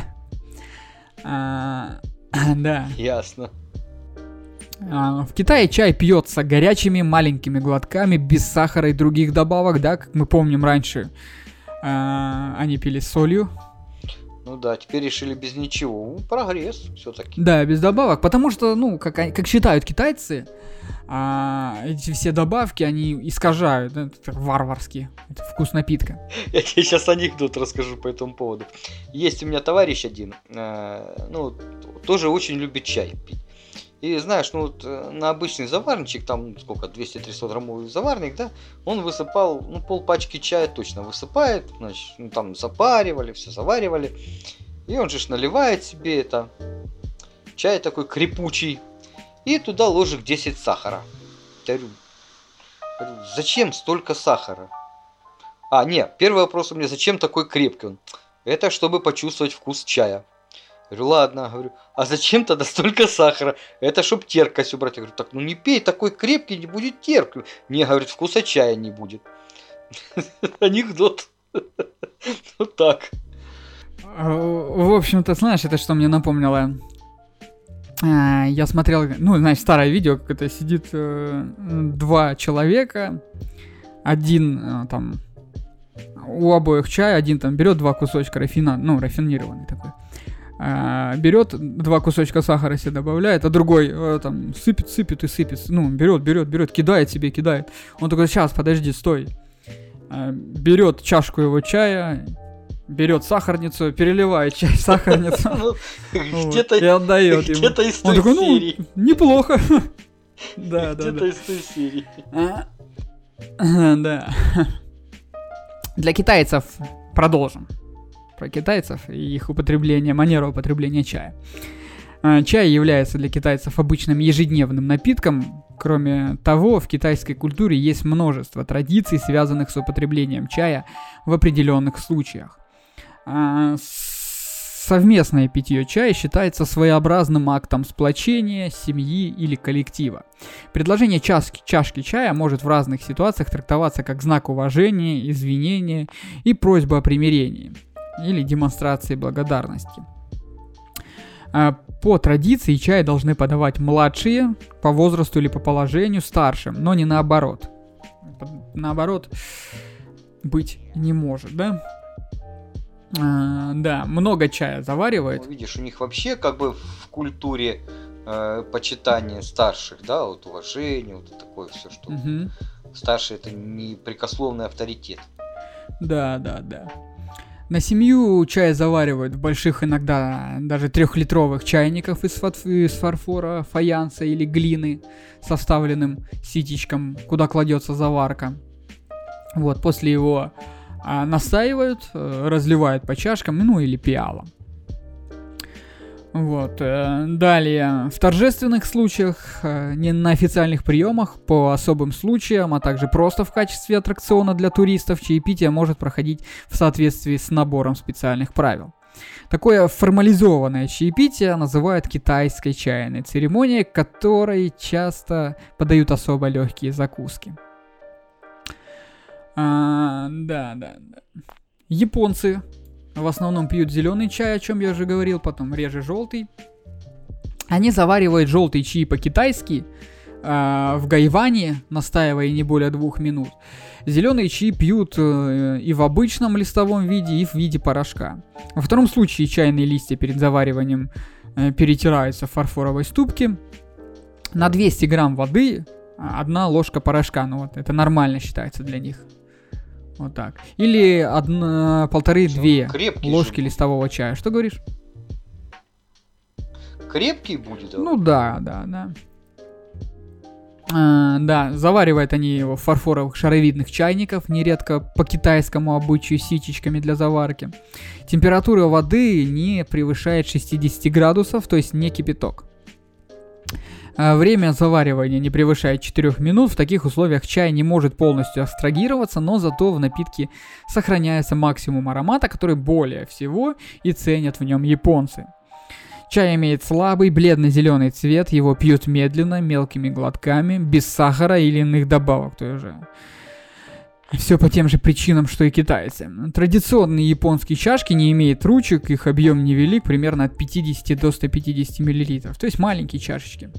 А, да. Ясно. А, в Китае чай пьется горячими маленькими глотками, без сахара и других добавок, да, как мы помним раньше, а, они пили с солью. Ну да, теперь решили без ничего. Ну, прогресс все-таки. Да, без добавок, потому что, ну, как, как считают китайцы, а, эти все добавки, они искажают, да, это варварски, это вкус напитка. Я тебе сейчас анекдот расскажу по этому поводу. Есть у меня товарищ один, э, ну, тоже очень любит чай пить. И знаешь, ну вот на обычный заварничек, там сколько, двести-триста граммовый заварник, да, он высыпал, ну, пол пачки чая точно высыпает, значит, ну, там запаривали, все заваривали. И он же ж наливает себе это, чай такой крепучий, и туда ложек десять сахара. Я говорю, зачем столько сахара? А, нет, первый вопрос у меня, зачем такой крепкий он? Это чтобы почувствовать вкус чая. Говорю, ладно, говорю, а зачем тогда столько сахара? Это чтоб терпкость убрать. Я говорю, так, ну не пей, такой крепкий, не будет терпкий. Не, говорит, вкуса чая не будет. Анекдот. Вот так. В общем-то, знаешь, это что мне напомнило? Я смотрел, ну, знаешь, старое видео, как это сидит два человека, один там, у обоих чай, один там берет два кусочка рафина, ну, рафинированный такой. А, берет два кусочка сахара себе добавляет, а другой а, там сыпет, сыпет и сыпет. Ну, берет, берет, берет, кидает себе, кидает. Он такой, сейчас, подожди, стой. А, берет чашку его чая, берет сахарницу, переливает чай в сахарницу и отдает ему. Где-то из той серии. Неплохо. Да, да, да. Где-то из той серии. Да. Для китайцев продолжим. Про китайцев и их употребление, манеру употребления чая. Чай является для китайцев обычным ежедневным напитком. Кроме того, в китайской культуре есть множество традиций, связанных с употреблением чая в определенных случаях. Совместное питье чая считается своеобразным актом сплочения, семьи или коллектива. Предложение чашки, чашки чая может в разных ситуациях трактоваться как знак уважения, извинения и просьба о примирении или демонстрации благодарности. По традиции чай должны подавать младшие по возрасту или по положению старшим, но не наоборот. Наоборот быть не может, да? А, да, много чая заваривают. Ну, видишь, у них вообще как бы в культуре э, почитания старших, да, вот уважение, вот такое все, что угу. Старший — это непрекословный авторитет. Да, да, да. На семью чай заваривают в больших, иногда даже трехлитровых чайниках из, фат- из фарфора, фаянса или глины с вставленным ситечком, куда кладется заварка. Вот, после его а, настаивают, разливают по чашкам, ну или пиалам. Вот, э, далее, в торжественных случаях, э, не на официальных приемах, по особым случаям, а также просто в качестве аттракциона для туристов, чаепитие может проходить в соответствии с набором специальных правил. Такое формализованное чаепитие называют китайской чайной церемонией, к которой часто подают особо легкие закуски. А, да, да, да. Японцы в основном пьют зеленый чай, о чем я уже говорил, потом реже желтый. Они заваривают желтый чай по-китайски э, в гайване, настаивая не более двух минут. Зеленый чай пьют э, и в обычном листовом виде, и в виде порошка. Во втором случае чайные листья перед завариванием э, перетираются в фарфоровой ступке. На двести грамм воды одна ложка порошка. Ну вот, это нормально считается для них. Вот так. Или одна, полторы-две ложки же листового чая. Что говоришь? Крепкий будет? Да? Ну да, да, да. А, да, заваривают они его в фарфоровых шаровидных чайниках, нередко по китайскому обычаю ситечками для заварки. Температура воды не превышает шестьдесят градусов, то есть не кипяток. А время заваривания не превышает четырех минут. В таких условиях чай не может полностью абстрагироваться, но зато в напитке сохраняется максимум аромата, который более всего и ценят в нем японцы. Чай имеет слабый бледно-зеленый цвет, его пьют медленно, мелкими глотками, без сахара или иных добавок. То есть все по тем же причинам, что и китайцы. Традиционные японские чашки не имеют ручек, их объем невелик, примерно от пятьдесят до ста пятидесяти миллилитров. То есть маленькие чашечки.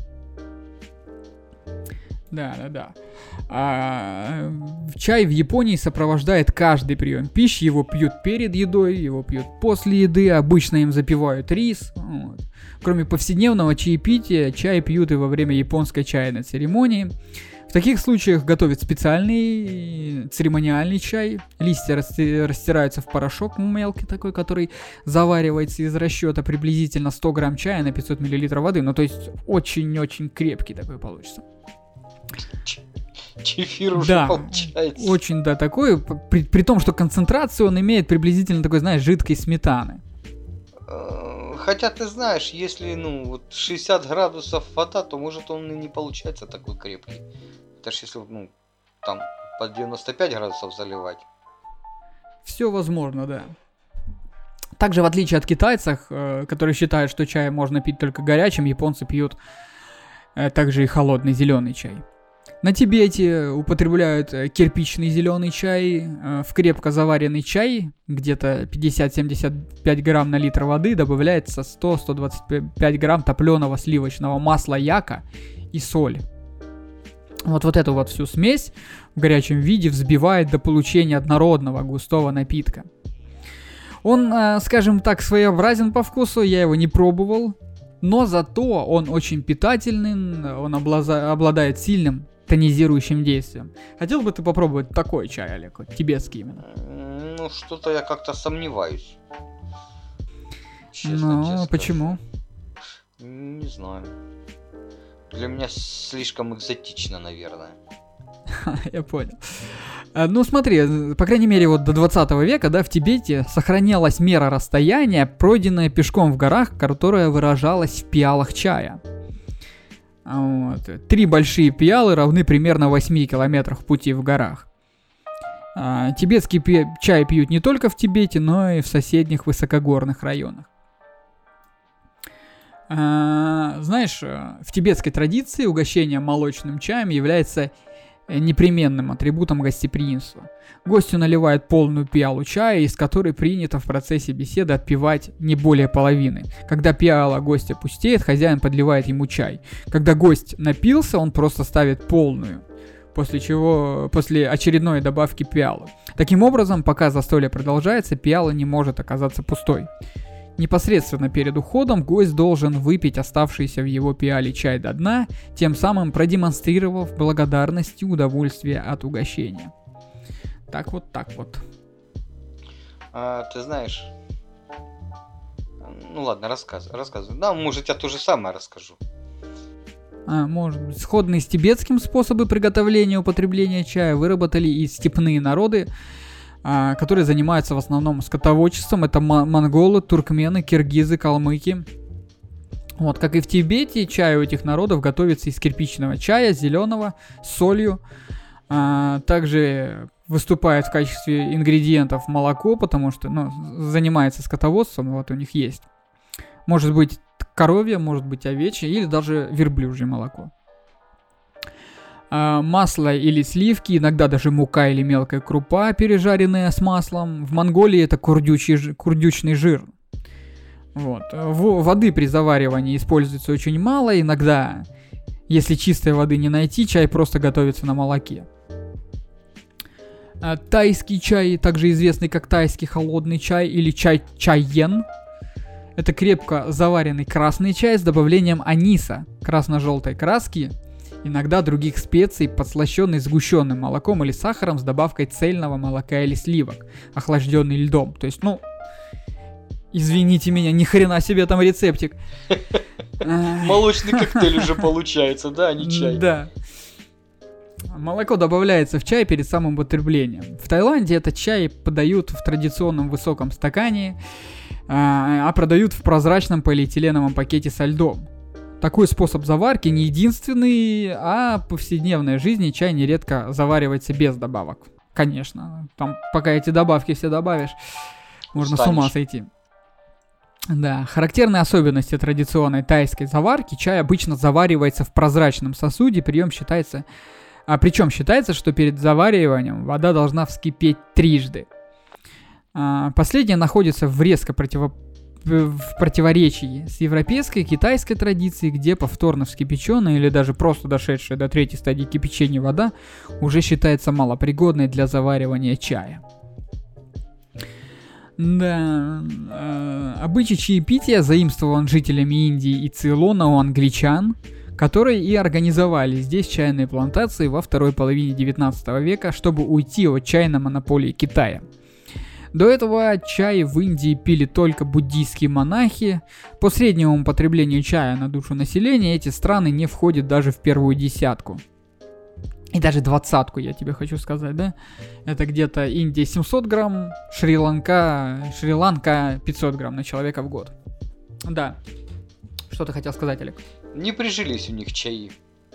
Да, да, да. А, чай в Японии сопровождает каждый прием пищи. Его пьют перед едой, его пьют после еды. Обычно им запивают рис. Вот. Кроме повседневного чаепития, чай пьют и во время японской чайной церемонии. В таких случаях готовят специальный церемониальный чай. Листья расти- растираются в порошок мелкий такой, который заваривается из расчета приблизительно сто грамм чая на пятьсот миллилитров воды. Ну, то есть очень-очень крепкий такой получится. Чефир уже да, получается. Очень, да, такой. При, при том, что концентрацию он имеет приблизительно такой, знаешь, жидкой сметаны. Хотя ты знаешь, если, ну, вот шестьдесят градусов вода, то может он и не получается такой крепкий. Это ж если, ну, там под девяносто пять градусов заливать. Все возможно, да. Также, в отличие от китайцев, э, которые считают, что чай можно пить только горячим, японцы пьют э, также и холодный зеленый чай. На Тибете употребляют кирпичный зеленый чай, э, в крепко заваренный чай, где-то пятьдесят-семьдесят пять грамм на литр воды, добавляется сто - сто двадцать пять грамм топленого сливочного масла яка и соль. Вот, вот эту вот всю смесь в горячем виде взбивает до получения однородного густого напитка. Он, э, скажем так, своеобразен по вкусу, я его не пробовал, но зато он очень питательный, он облаза- обладает сильным тонизирующим действием. Хотел бы ты попробовать такой чай, Олег, вот, тибетский именно? Ну, что-то я как-то сомневаюсь. Честно, ну, честно почему? Не знаю. Для меня слишком экзотично, наверное. Я понял. Ну, смотри, по крайней мере, вот до двадцатого века, да, в Тибете сохранялась мера расстояния, пройденная пешком в горах, которая выражалась в пиалах чая. Вот. Три большие пиалы равны примерно восьми километрах пути в горах. А, тибетский пи- чай пьют не только в Тибете, но и в соседних высокогорных районах. А, знаешь, в тибетской традиции угощение молочным чаем является непременным атрибутом гостеприимства. Гостю наливают полную пиалу чая, из которой принято в процессе беседы отпивать не более половины. Когда пиала гостя пустеет, хозяин подливает ему чай. Когда гость напился, он просто ставит полную, после чего, после очередной добавки пиалы. Таким образом, пока застолье продолжается, пиала не может оказаться пустой. Непосредственно перед уходом гость должен выпить оставшийся в его пиале чай до дна, тем самым продемонстрировав благодарность и удовольствие от угощения. Так вот, так вот. А, ты знаешь... Ну ладно, рассказывай, рассказывай. Да, может, я то же самое расскажу. А, может быть, сходные с тибетским способы приготовления и употребления чая выработали и степные народы, которые занимаются в основном скотоводчеством. Это монголы, туркмены, киргизы, калмыки. Вот, как и в Тибете, чай у этих народов готовится из кирпичного чая, зеленого, с солью. А, также выступает в качестве ингредиентов молоко, потому что, ну, занимается скотоводством, вот у них есть. Может быть коровье, может быть овечье или даже верблюжье молоко. Масло или сливки, иногда даже мука или мелкая крупа, пережаренная с маслом. В Монголии это курдючий, курдючный жир. Вот. В, воды при заваривании используется очень мало. Иногда, если чистой воды не найти, чай просто готовится на молоке. Тайский чай, также известный как тайский холодный чай или чай чайен. Это крепко заваренный красный чай с добавлением аниса, красно-желтой краски, иногда других специй, подслащенный сгущенным молоком или сахаром с добавкой цельного молока или сливок, охлажденный льдом. То есть, ну, извините меня, ни хрена себе там рецептик. Молочный коктейль уже получается, да, а не чай. Да. Молоко добавляется в чай перед самым употреблением. В Таиланде этот чай подают в традиционном высоком стакане, а продают в прозрачном полиэтиленовом пакете со льдом. Такой способ заварки не единственный, а в повседневной жизни чай нередко заваривается без добавок. Конечно, там пока эти добавки все добавишь, можно Устанешь. С ума сойти. Да, характерные особенности традиционной тайской заварки: чай обычно заваривается в прозрачном сосуде, прием считается, а причем считается, что перед завариванием вода должна вскипеть трижды. А, последнее находится в резко противо, в противоречии с европейской и китайской традицией, где повторно вскипяченная или даже просто дошедшая до третьей стадии кипячения вода уже считается малопригодной для заваривания чая. Да, э, обычай чаепития заимствован жителями Индии и Цейлона у англичан, которые и организовали здесь чайные плантации во второй половине девятнадцатого века, чтобы уйти от чайной монополии Китая. До этого чай в Индии пили только буддийские монахи. По среднему потреблению чая на душу населения эти страны не входят даже в первую десятку. И даже двадцатку, я тебе хочу сказать, да? Это где-то Индия семьсот грамм, Шри-Ланка, Шри-Ланка пятьсот грамм на человека в год. Да. Что ты хотел сказать, Олег? Не прижились у них чаи.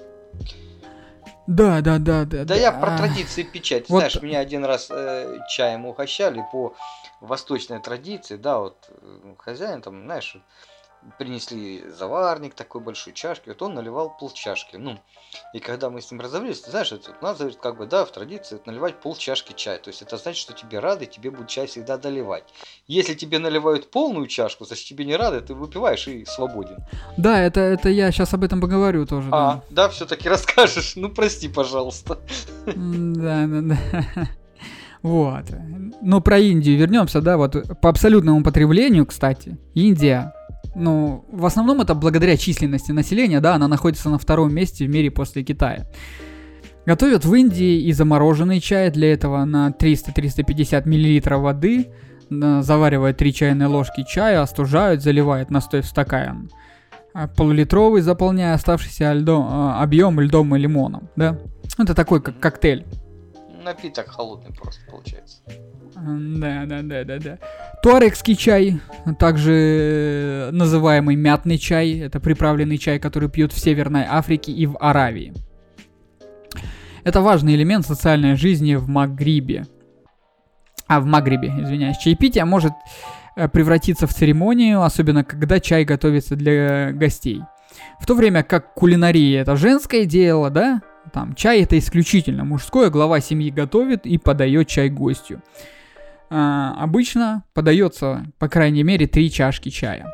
Да, да, да, да. Да, да. Я про традиции печати. Вот. Знаешь, меня один раз э, чаем угощали по восточной традиции, да, вот хозяин там, знаешь, принесли заварник такой большой чашки, вот он наливал полчашки. Ну, и когда мы с ним разобрались, ты знаешь, это, у нас, говорит, как бы, да, в традиции наливать полчашки чая. То есть это значит, что тебе рады, тебе будут чай всегда доливать. Если тебе наливают полную чашку, значит, тебе не рады, ты выпиваешь и свободен. Да, это, это я сейчас об этом поговорю тоже. А, да, да, все-таки расскажешь. Ну, прости, пожалуйста. Да, да, да. Вот. Но про Индию вернемся, да, вот по абсолютному потреблению, кстати, Индия, ну, в основном это благодаря численности населения, да, она находится на втором месте в мире после Китая. Готовят в Индии и замороженный чай, для этого на триста-триста пятьдесят миллилитров воды, заваривают три чайные ложки чая, остужают, заливают настой в стакан полулитровый, заполняя оставшийся льдом, объем льдом и лимоном, да. Это такой как коктейль. Напиток холодный просто получается. Да, да, да, да, да. Туарегский чай, также называемый мятный чай, это приправленный чай, который пьют в Северной Африке и в Аравии. Это важный элемент социальной жизни в Магрибе. А, в Магрибе, извиняюсь. Чаепитие может превратиться в церемонию, особенно когда чай готовится для гостей. В то время как кулинария это женское дело, да? Там чай это исключительно мужское, глава семьи готовит и подает чай гостю. А, обычно подается, по крайней мере, три чашки чая.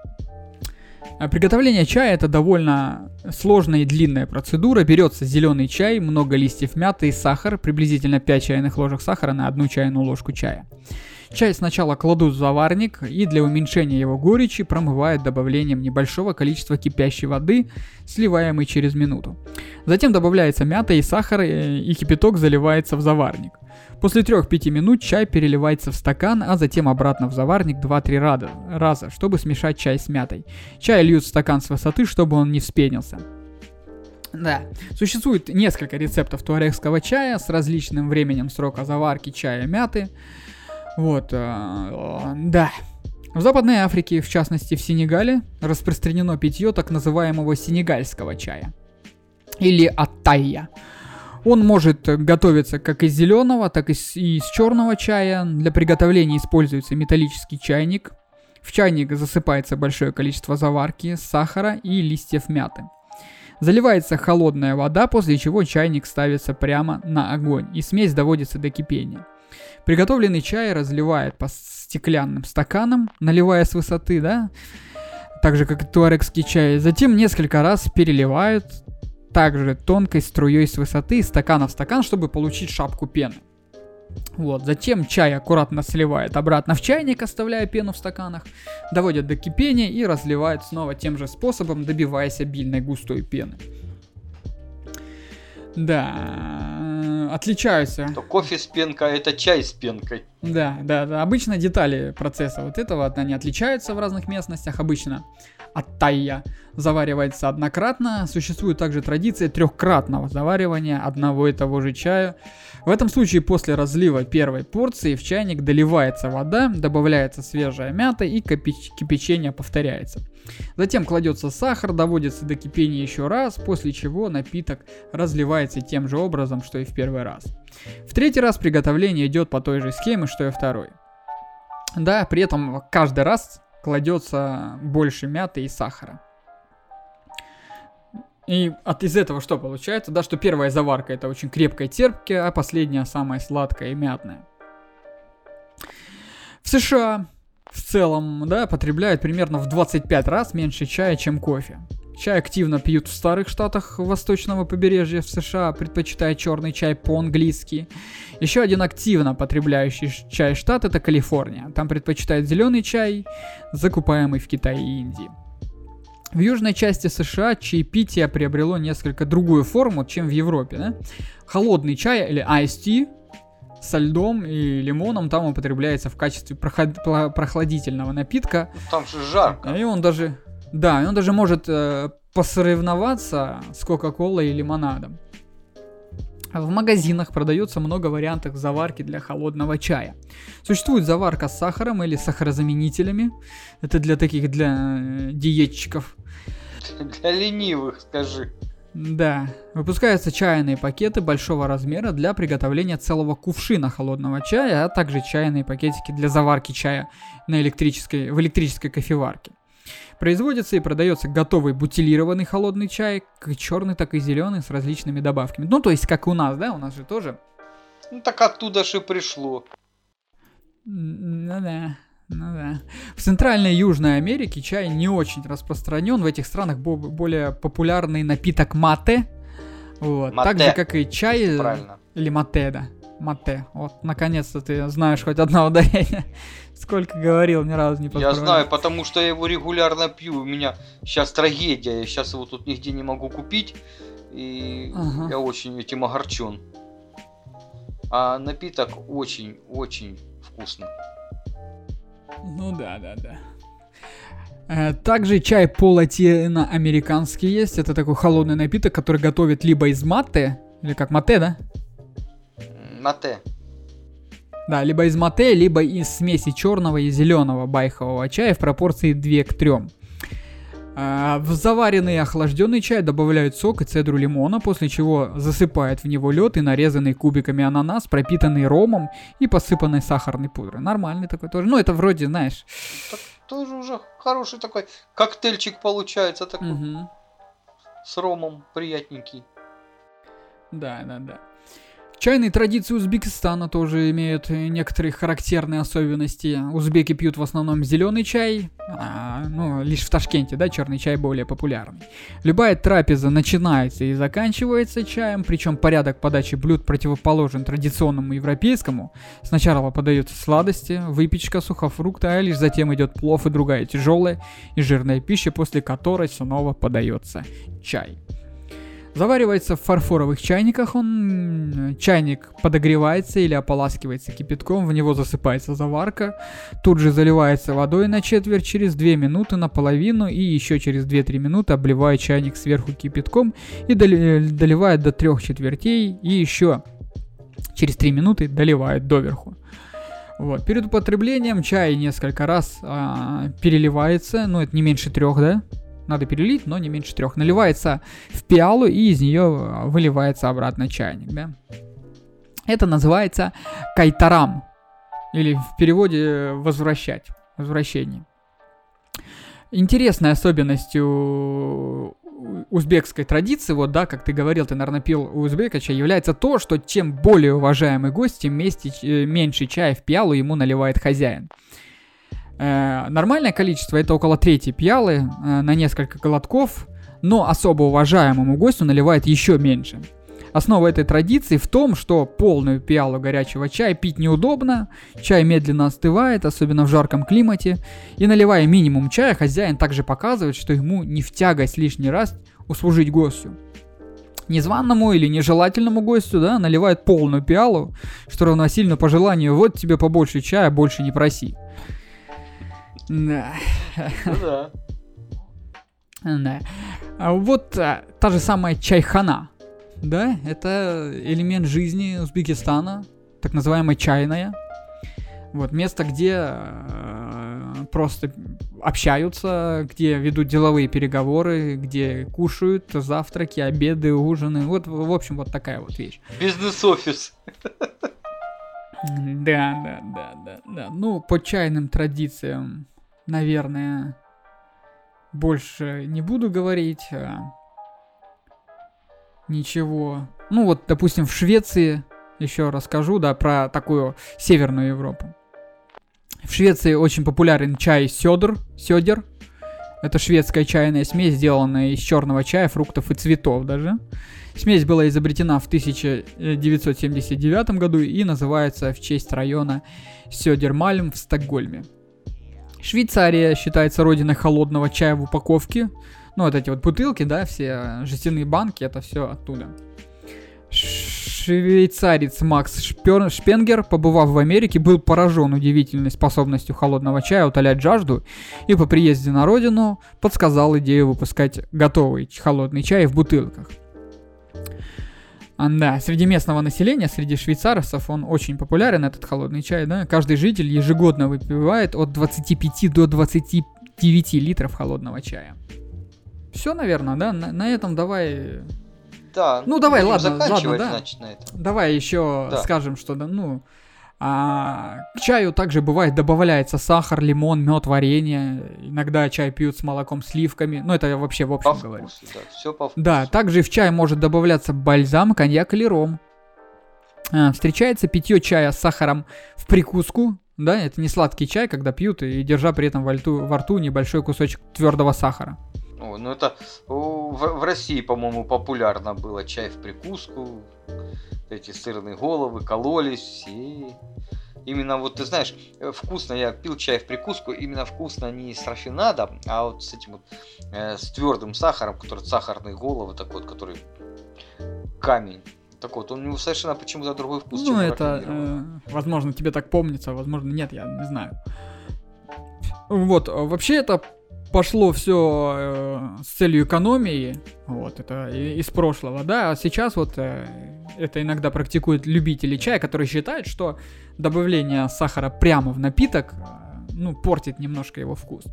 А приготовление чая это довольно сложная и длинная процедура. Берется зеленый чай, много листьев мяты и сахар, приблизительно пять чайных ложек сахара на одну чайную ложку чая. Чай сначала кладут в заварник и для уменьшения его горечи промывают добавлением небольшого количества кипящей воды, сливаемой через минуту. Затем добавляется мята и сахар, и кипяток заливается в заварник. После трех-пяти минут чай переливается в стакан, а затем обратно в заварник два-три раза, чтобы смешать чай с мятой. Чай льют в стакан с высоты, чтобы он не вспенился. Да, существует несколько рецептов туарегского чая с различным временем срока заварки чая мяты. Вот, э, да. В Западной Африке, в частности в Сенегале, распространено питье так называемого сенегальского чая. Или аттайя. Он может готовиться как из зеленого, так и из, и из черного чая. Для приготовления используется металлический чайник. В чайник засыпается большое количество заварки, сахара и листьев мяты. Заливается холодная вода, после чего чайник ставится прямо на огонь, и смесь доводится до кипения. Приготовленный чай разливает по стеклянным стаканам, наливая с высоты, да, так же как и туарегский чай. Затем несколько раз переливают, также тонкой струей с высоты из стакана в стакан, чтобы получить шапку пены. Вот, затем чай аккуратно сливает обратно в чайник, оставляя пену в стаканах, доводят до кипения и разливают снова тем же способом, добиваясь обильной густой пены. Да, отличаются. То кофе с пенкой, а это чай с пенкой. Да, да, да. Обычно детали процесса вот этого, они отличаются в разных местностях. Обычно аттайя заваривается однократно. Существует также традиция трехкратного заваривания одного и того же чая. В этом случае после разлива первой порции в чайник доливается вода, добавляется свежая мята и кипи- кипячение повторяется. Затем кладется сахар, доводится до кипения еще раз, после чего напиток разливается тем же образом, что и в первый раз. В третий раз приготовление идет по той же схеме, что и второй. Да, при этом каждый раз кладется больше мяты и сахара. И от, из этого что получается? Да, что первая заварка это очень крепкая, терпкая, а последняя самая сладкая и мятная. В США в целом, да, потребляют примерно в двадцать пять раз меньше чая, чем кофе. Чай активно пьют в старых штатах восточного побережья в США, предпочитая черный чай по-английски. Еще один активно потребляющий чай штат это Калифорния. Там предпочитают зеленый чай, закупаемый в Китае и Индии. В южной части США чаепитие приобрело несколько другую форму, чем в Европе. Да? Холодный чай или iced tea со льдом и лимоном там употребляется в качестве проход... прохладительного напитка. Там же жарко. И он даже, да, и он даже может э, посоревноваться с Кока-Колой и лимонадом. В магазинах продается много вариантов заварки для холодного чая. Существует заварка с сахаром или сахарозаменителями. Это для таких, для э, диетчиков. Для ленивых, скажи. Да. Выпускаются чайные пакеты большого размера для приготовления целого кувшина холодного чая, а также чайные пакетики для заварки чая на электрической, в электрической кофеварке. Производится и продается готовый бутилированный холодный чай, как черный, так и зеленый, с различными добавками. Ну, то есть, как у нас, да? У нас же тоже. Ну, так оттуда же пришло. Ну да, ну да. В Центральной и Южной Америке чай не очень распространен. В этих странах бо- более популярный напиток мате. Вот. Мате. Так же, как и чай. Правильно. Или мате, да. Мате. Вот, наконец-то ты знаешь хоть одно ударение. Сколько говорил, ни разу не подправлял. Я знаю, потому что я его регулярно пью. У меня сейчас трагедия. Я сейчас его тут нигде не могу купить. И ага. Я очень этим огорчен. А напиток очень-очень вкусный. Ну да, да, да. Также чай по-латиноамерикански есть. Это такой холодный напиток, который готовят либо из мате, или как мате, да? Мате. Да, либо из мате, либо из смеси черного и зеленого байхового чая в пропорции два к трем. В заваренный и охлажденный чай добавляют сок и цедру лимона, после чего засыпают в него лед и нарезанный кубиками ананас, пропитанный ромом и посыпанный сахарной пудрой. Нормальный такой тоже. Ну, это вроде, знаешь... Так тоже уже хороший такой коктейльчик получается такой. Угу. С ромом приятненький. Да, да, да. Чайные традиции Узбекистана тоже имеют некоторые характерные особенности. Узбеки пьют в основном зеленый чай, а, ну, лишь в Ташкенте, да, черный чай более популярный. Любая трапеза начинается и заканчивается чаем, причем порядок подачи блюд противоположен традиционному европейскому. Сначала подаются сладости, выпечка, сухофрукты, а лишь затем идет плов и другая тяжелая и жирная пища, после которой снова подается чай. Заваривается в фарфоровых чайниках, он, чайник подогревается или ополаскивается кипятком, в него засыпается заварка, тут же заливается водой на четверть, через две минуты наполовину и еще через две-три минуты обливает чайник сверху кипятком и доливает до трех четвертей и еще через три минуты доливает доверху. Вот. Перед употреблением чай несколько раз а, переливается, ну это не меньше трех, да? Надо перелить, но не меньше трех. Наливается в пиалу и из нее выливается обратно чайник, да? Это называется кайтарам. Или в переводе возвращать. Возвращение. Интересной особенностью узбекской традиции, вот да, как ты говорил, ты, наверное, пил у узбека чай, является то, что чем более уважаемый гость, тем меньше чая в пиалу ему наливает хозяин. Э, нормальное количество это около трети пиалы э, на несколько глотков, но особо уважаемому гостю наливает еще меньше. Основа этой традиции в том, что полную пиалу горячего чая пить неудобно, чай медленно остывает, особенно в жарком климате, и наливая минимум чая, хозяин также показывает, что ему не в тягость лишний раз услужить гостю. Незваному или нежелательному гостю, да, наливают полную пиалу, что равносильно пожеланию: вот тебе побольше чая, больше не проси. Да. Ну да. Да. А вот а, та же самая чайхана, да, это элемент жизни Узбекистана, так называемая чайная. Вот место, где э, просто общаются, где ведут деловые переговоры, где кушают завтраки, обеды, ужины. Вот, в общем, вот такая вот вещь. Бизнес-офис. Да, да, да, да, да. Ну, по чайным традициям, наверное, больше не буду говорить. А... Ничего. Ну, вот, допустим, в Швеции, еще расскажу, да, про такую Северную Европу. В Швеции очень популярен чай сёдр, сёдер. Это шведская чайная смесь, сделанная из черного чая, фруктов и цветов даже. Смесь была изобретена в тысяча девятьсот семьдесят девятом году и называется в честь района Сёдермальм в Стокгольме. Швейцария считается родиной холодного чая в упаковке. Ну, вот эти вот бутылки, да, все жестяные банки, это все оттуда. Швейцарец Макс Шпер... Шпенгер, побывав в Америке, был поражен удивительной способностью холодного чая утолять жажду и по приезде на родину подсказал идею выпускать готовый холодный чай в бутылках. А, да, среди местного населения, среди швейцарцев он очень популярен, этот холодный чай, да. Каждый житель ежегодно выпивает от двадцати пяти до двадцати девяти литров холодного чая. Все, наверное, да? На, на этом давай... Да, ну давай, ладно, ладно, да. Значит, на этом. Давай еще да. скажем, что да, ну а, к чаю также бывает добавляется сахар, лимон, мед, варенье. Иногда чай пьют с молоком, сливками. Ну это я вообще в общем по говорю. Вкусу, да, все по вкусу. Да, также в чай может добавляться бальзам, коньяк или ром. А, встречается питье чая с сахаром в прикуску. Да, это не сладкий чай, когда пьют и держа при этом во рту, во рту небольшой кусочек твердого сахара. О, ну это в, в России, по-моему, популярно было чай в прикуску, эти сырные головы кололись, и именно вот, ты знаешь, вкусно, я пил чай в прикуску, именно вкусно не с рафинадом, а вот с этим вот, э, с твердым сахаром, который сахарные головы, такой вот, который камень. Так вот, он у него совершенно почему-то другой вкус, ну, чем это, э, возможно, тебе так помнится, возможно, нет, я не знаю. Вот, вообще это пошло все э, с целью экономии, вот, это из прошлого, да, а сейчас вот э, это иногда практикуют любители чая, которые считают, что добавление сахара прямо в напиток, э, ну, портит немножко его вкус.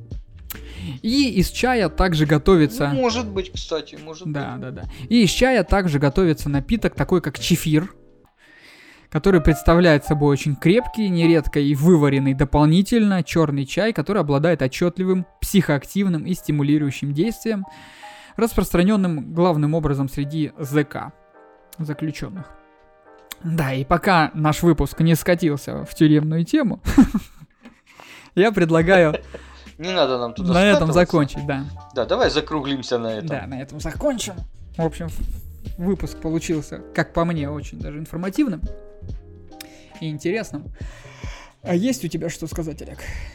И из чая также готовится... Ну, может быть, кстати, может да, быть. Да, да, да. И из чая также готовится напиток такой, как чефир, который представляет собой очень крепкий, нередко и вываренный дополнительно черный чай, который обладает отчетливым психоактивным и стимулирующим действием, распространенным главным образом среди ЗК, заключенных. Да, и пока наш выпуск не скатился в тюремную тему, я предлагаю не надо нам туда на этом закончить, да. Да, давай закруглимся на этом. Да, на этом закончим. В общем, выпуск получился, как по мне, очень даже информативным и интересным. А есть у тебя что сказать, Олег?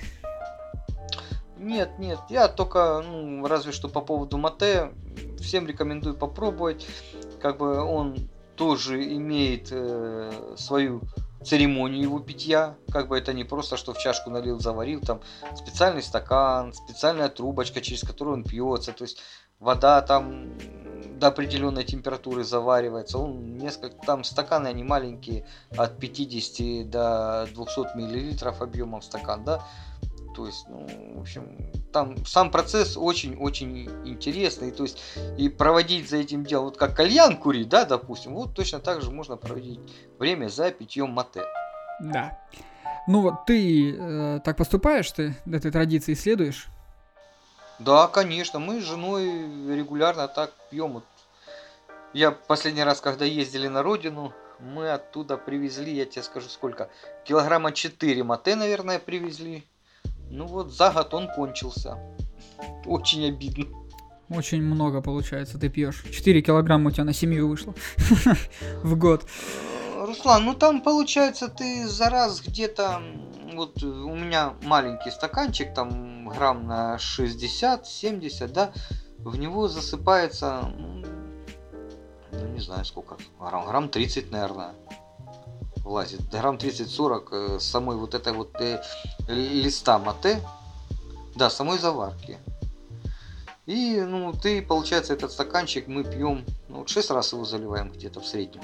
Нет, нет, я только, ну, разве что по поводу мате, всем рекомендую попробовать, как бы он тоже имеет э, свою церемонию его питья, как бы это не просто, что в чашку налил, заварил, там специальный стакан, специальная трубочка, через которую он пьется, то есть вода там до определенной температуры заваривается, он несколько, там стаканы, они маленькие, от пятидесяти до двухсот миллилитров объемом стакан, да, то есть, ну, в общем, там сам процесс очень-очень интересный, то есть, и проводить за этим делом, вот как кальян курить, да, допустим, вот точно так же можно проводить время за питьем мате. Да. Ну вот ты э, так поступаешь, ты этой традиции следуешь? Да, конечно, мы с женой регулярно так пьем. Вот я последний раз, когда ездили на родину, мы оттуда привезли, я тебе скажу сколько, килограмма четыре мате, наверное, привезли. Ну вот за год он кончился. Очень обидно. очень много получается ты пьешь. четыре килограмма у тебя на семью вышло в год. Руслан, ну там получается ты за раз где-то, вот у меня маленький стаканчик, там грамм на шестьдесят-семьдесят, да, в него засыпается, ну не знаю сколько, грамм, грамм тридцать, наверное, влазит, грамм тридцать-сорок э, самой вот этой вот э, листа мате, да, самой заварки. И, ну, ты, получается, этот стаканчик мы пьем, ну, вот шесть раз его заливаем где-то в среднем.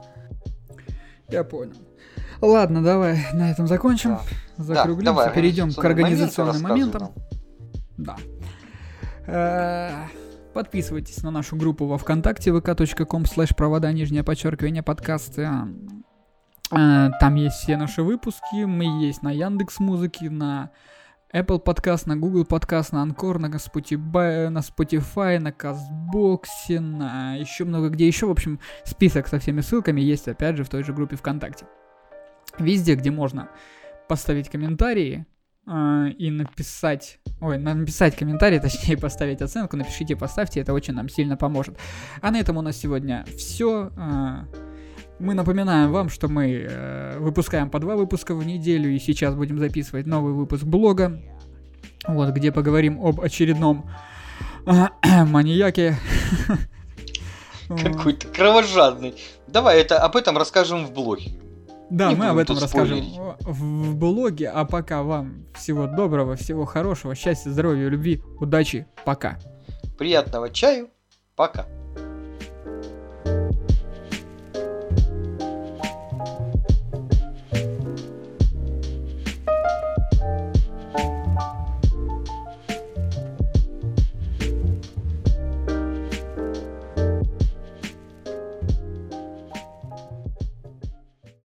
Я понял. Ладно, давай на этом закончим. Да. Закруглимся, Да, давай, перейдем к организационным моментам. Нам. Да. Подписывайтесь на нашу группу во ВКонтакте, vk.com слэш провода, нижнее подчеркивание, подкасты. Там есть все наши выпуски. Мы есть на Яндекс.Музыке, на Apple подкаст, на Google подкаст, на Анкор, на Spotify, на Spotify, на Кастбоксе, на еще много где еще. В общем, список со всеми ссылками есть, опять же, в той же группе ВКонтакте. Везде, где можно поставить комментарии э, и написать... Ой, написать комментарий, точнее, поставить оценку. Напишите, поставьте, это очень нам сильно поможет. А на этом у нас сегодня все. Э, Мы напоминаем вам, что мы э, выпускаем по два выпуска в неделю, и сейчас будем записывать новый выпуск блога, вот, где поговорим об очередном э, маньяке. Какой-то кровожадный. Давай это об этом расскажем в блоге. Да, Не мы об этом тут расскажем спойлерить. в блоге, а пока вам всего доброго, всего хорошего, счастья, здоровья, любви, удачи, пока. Приятного чаю. Пока.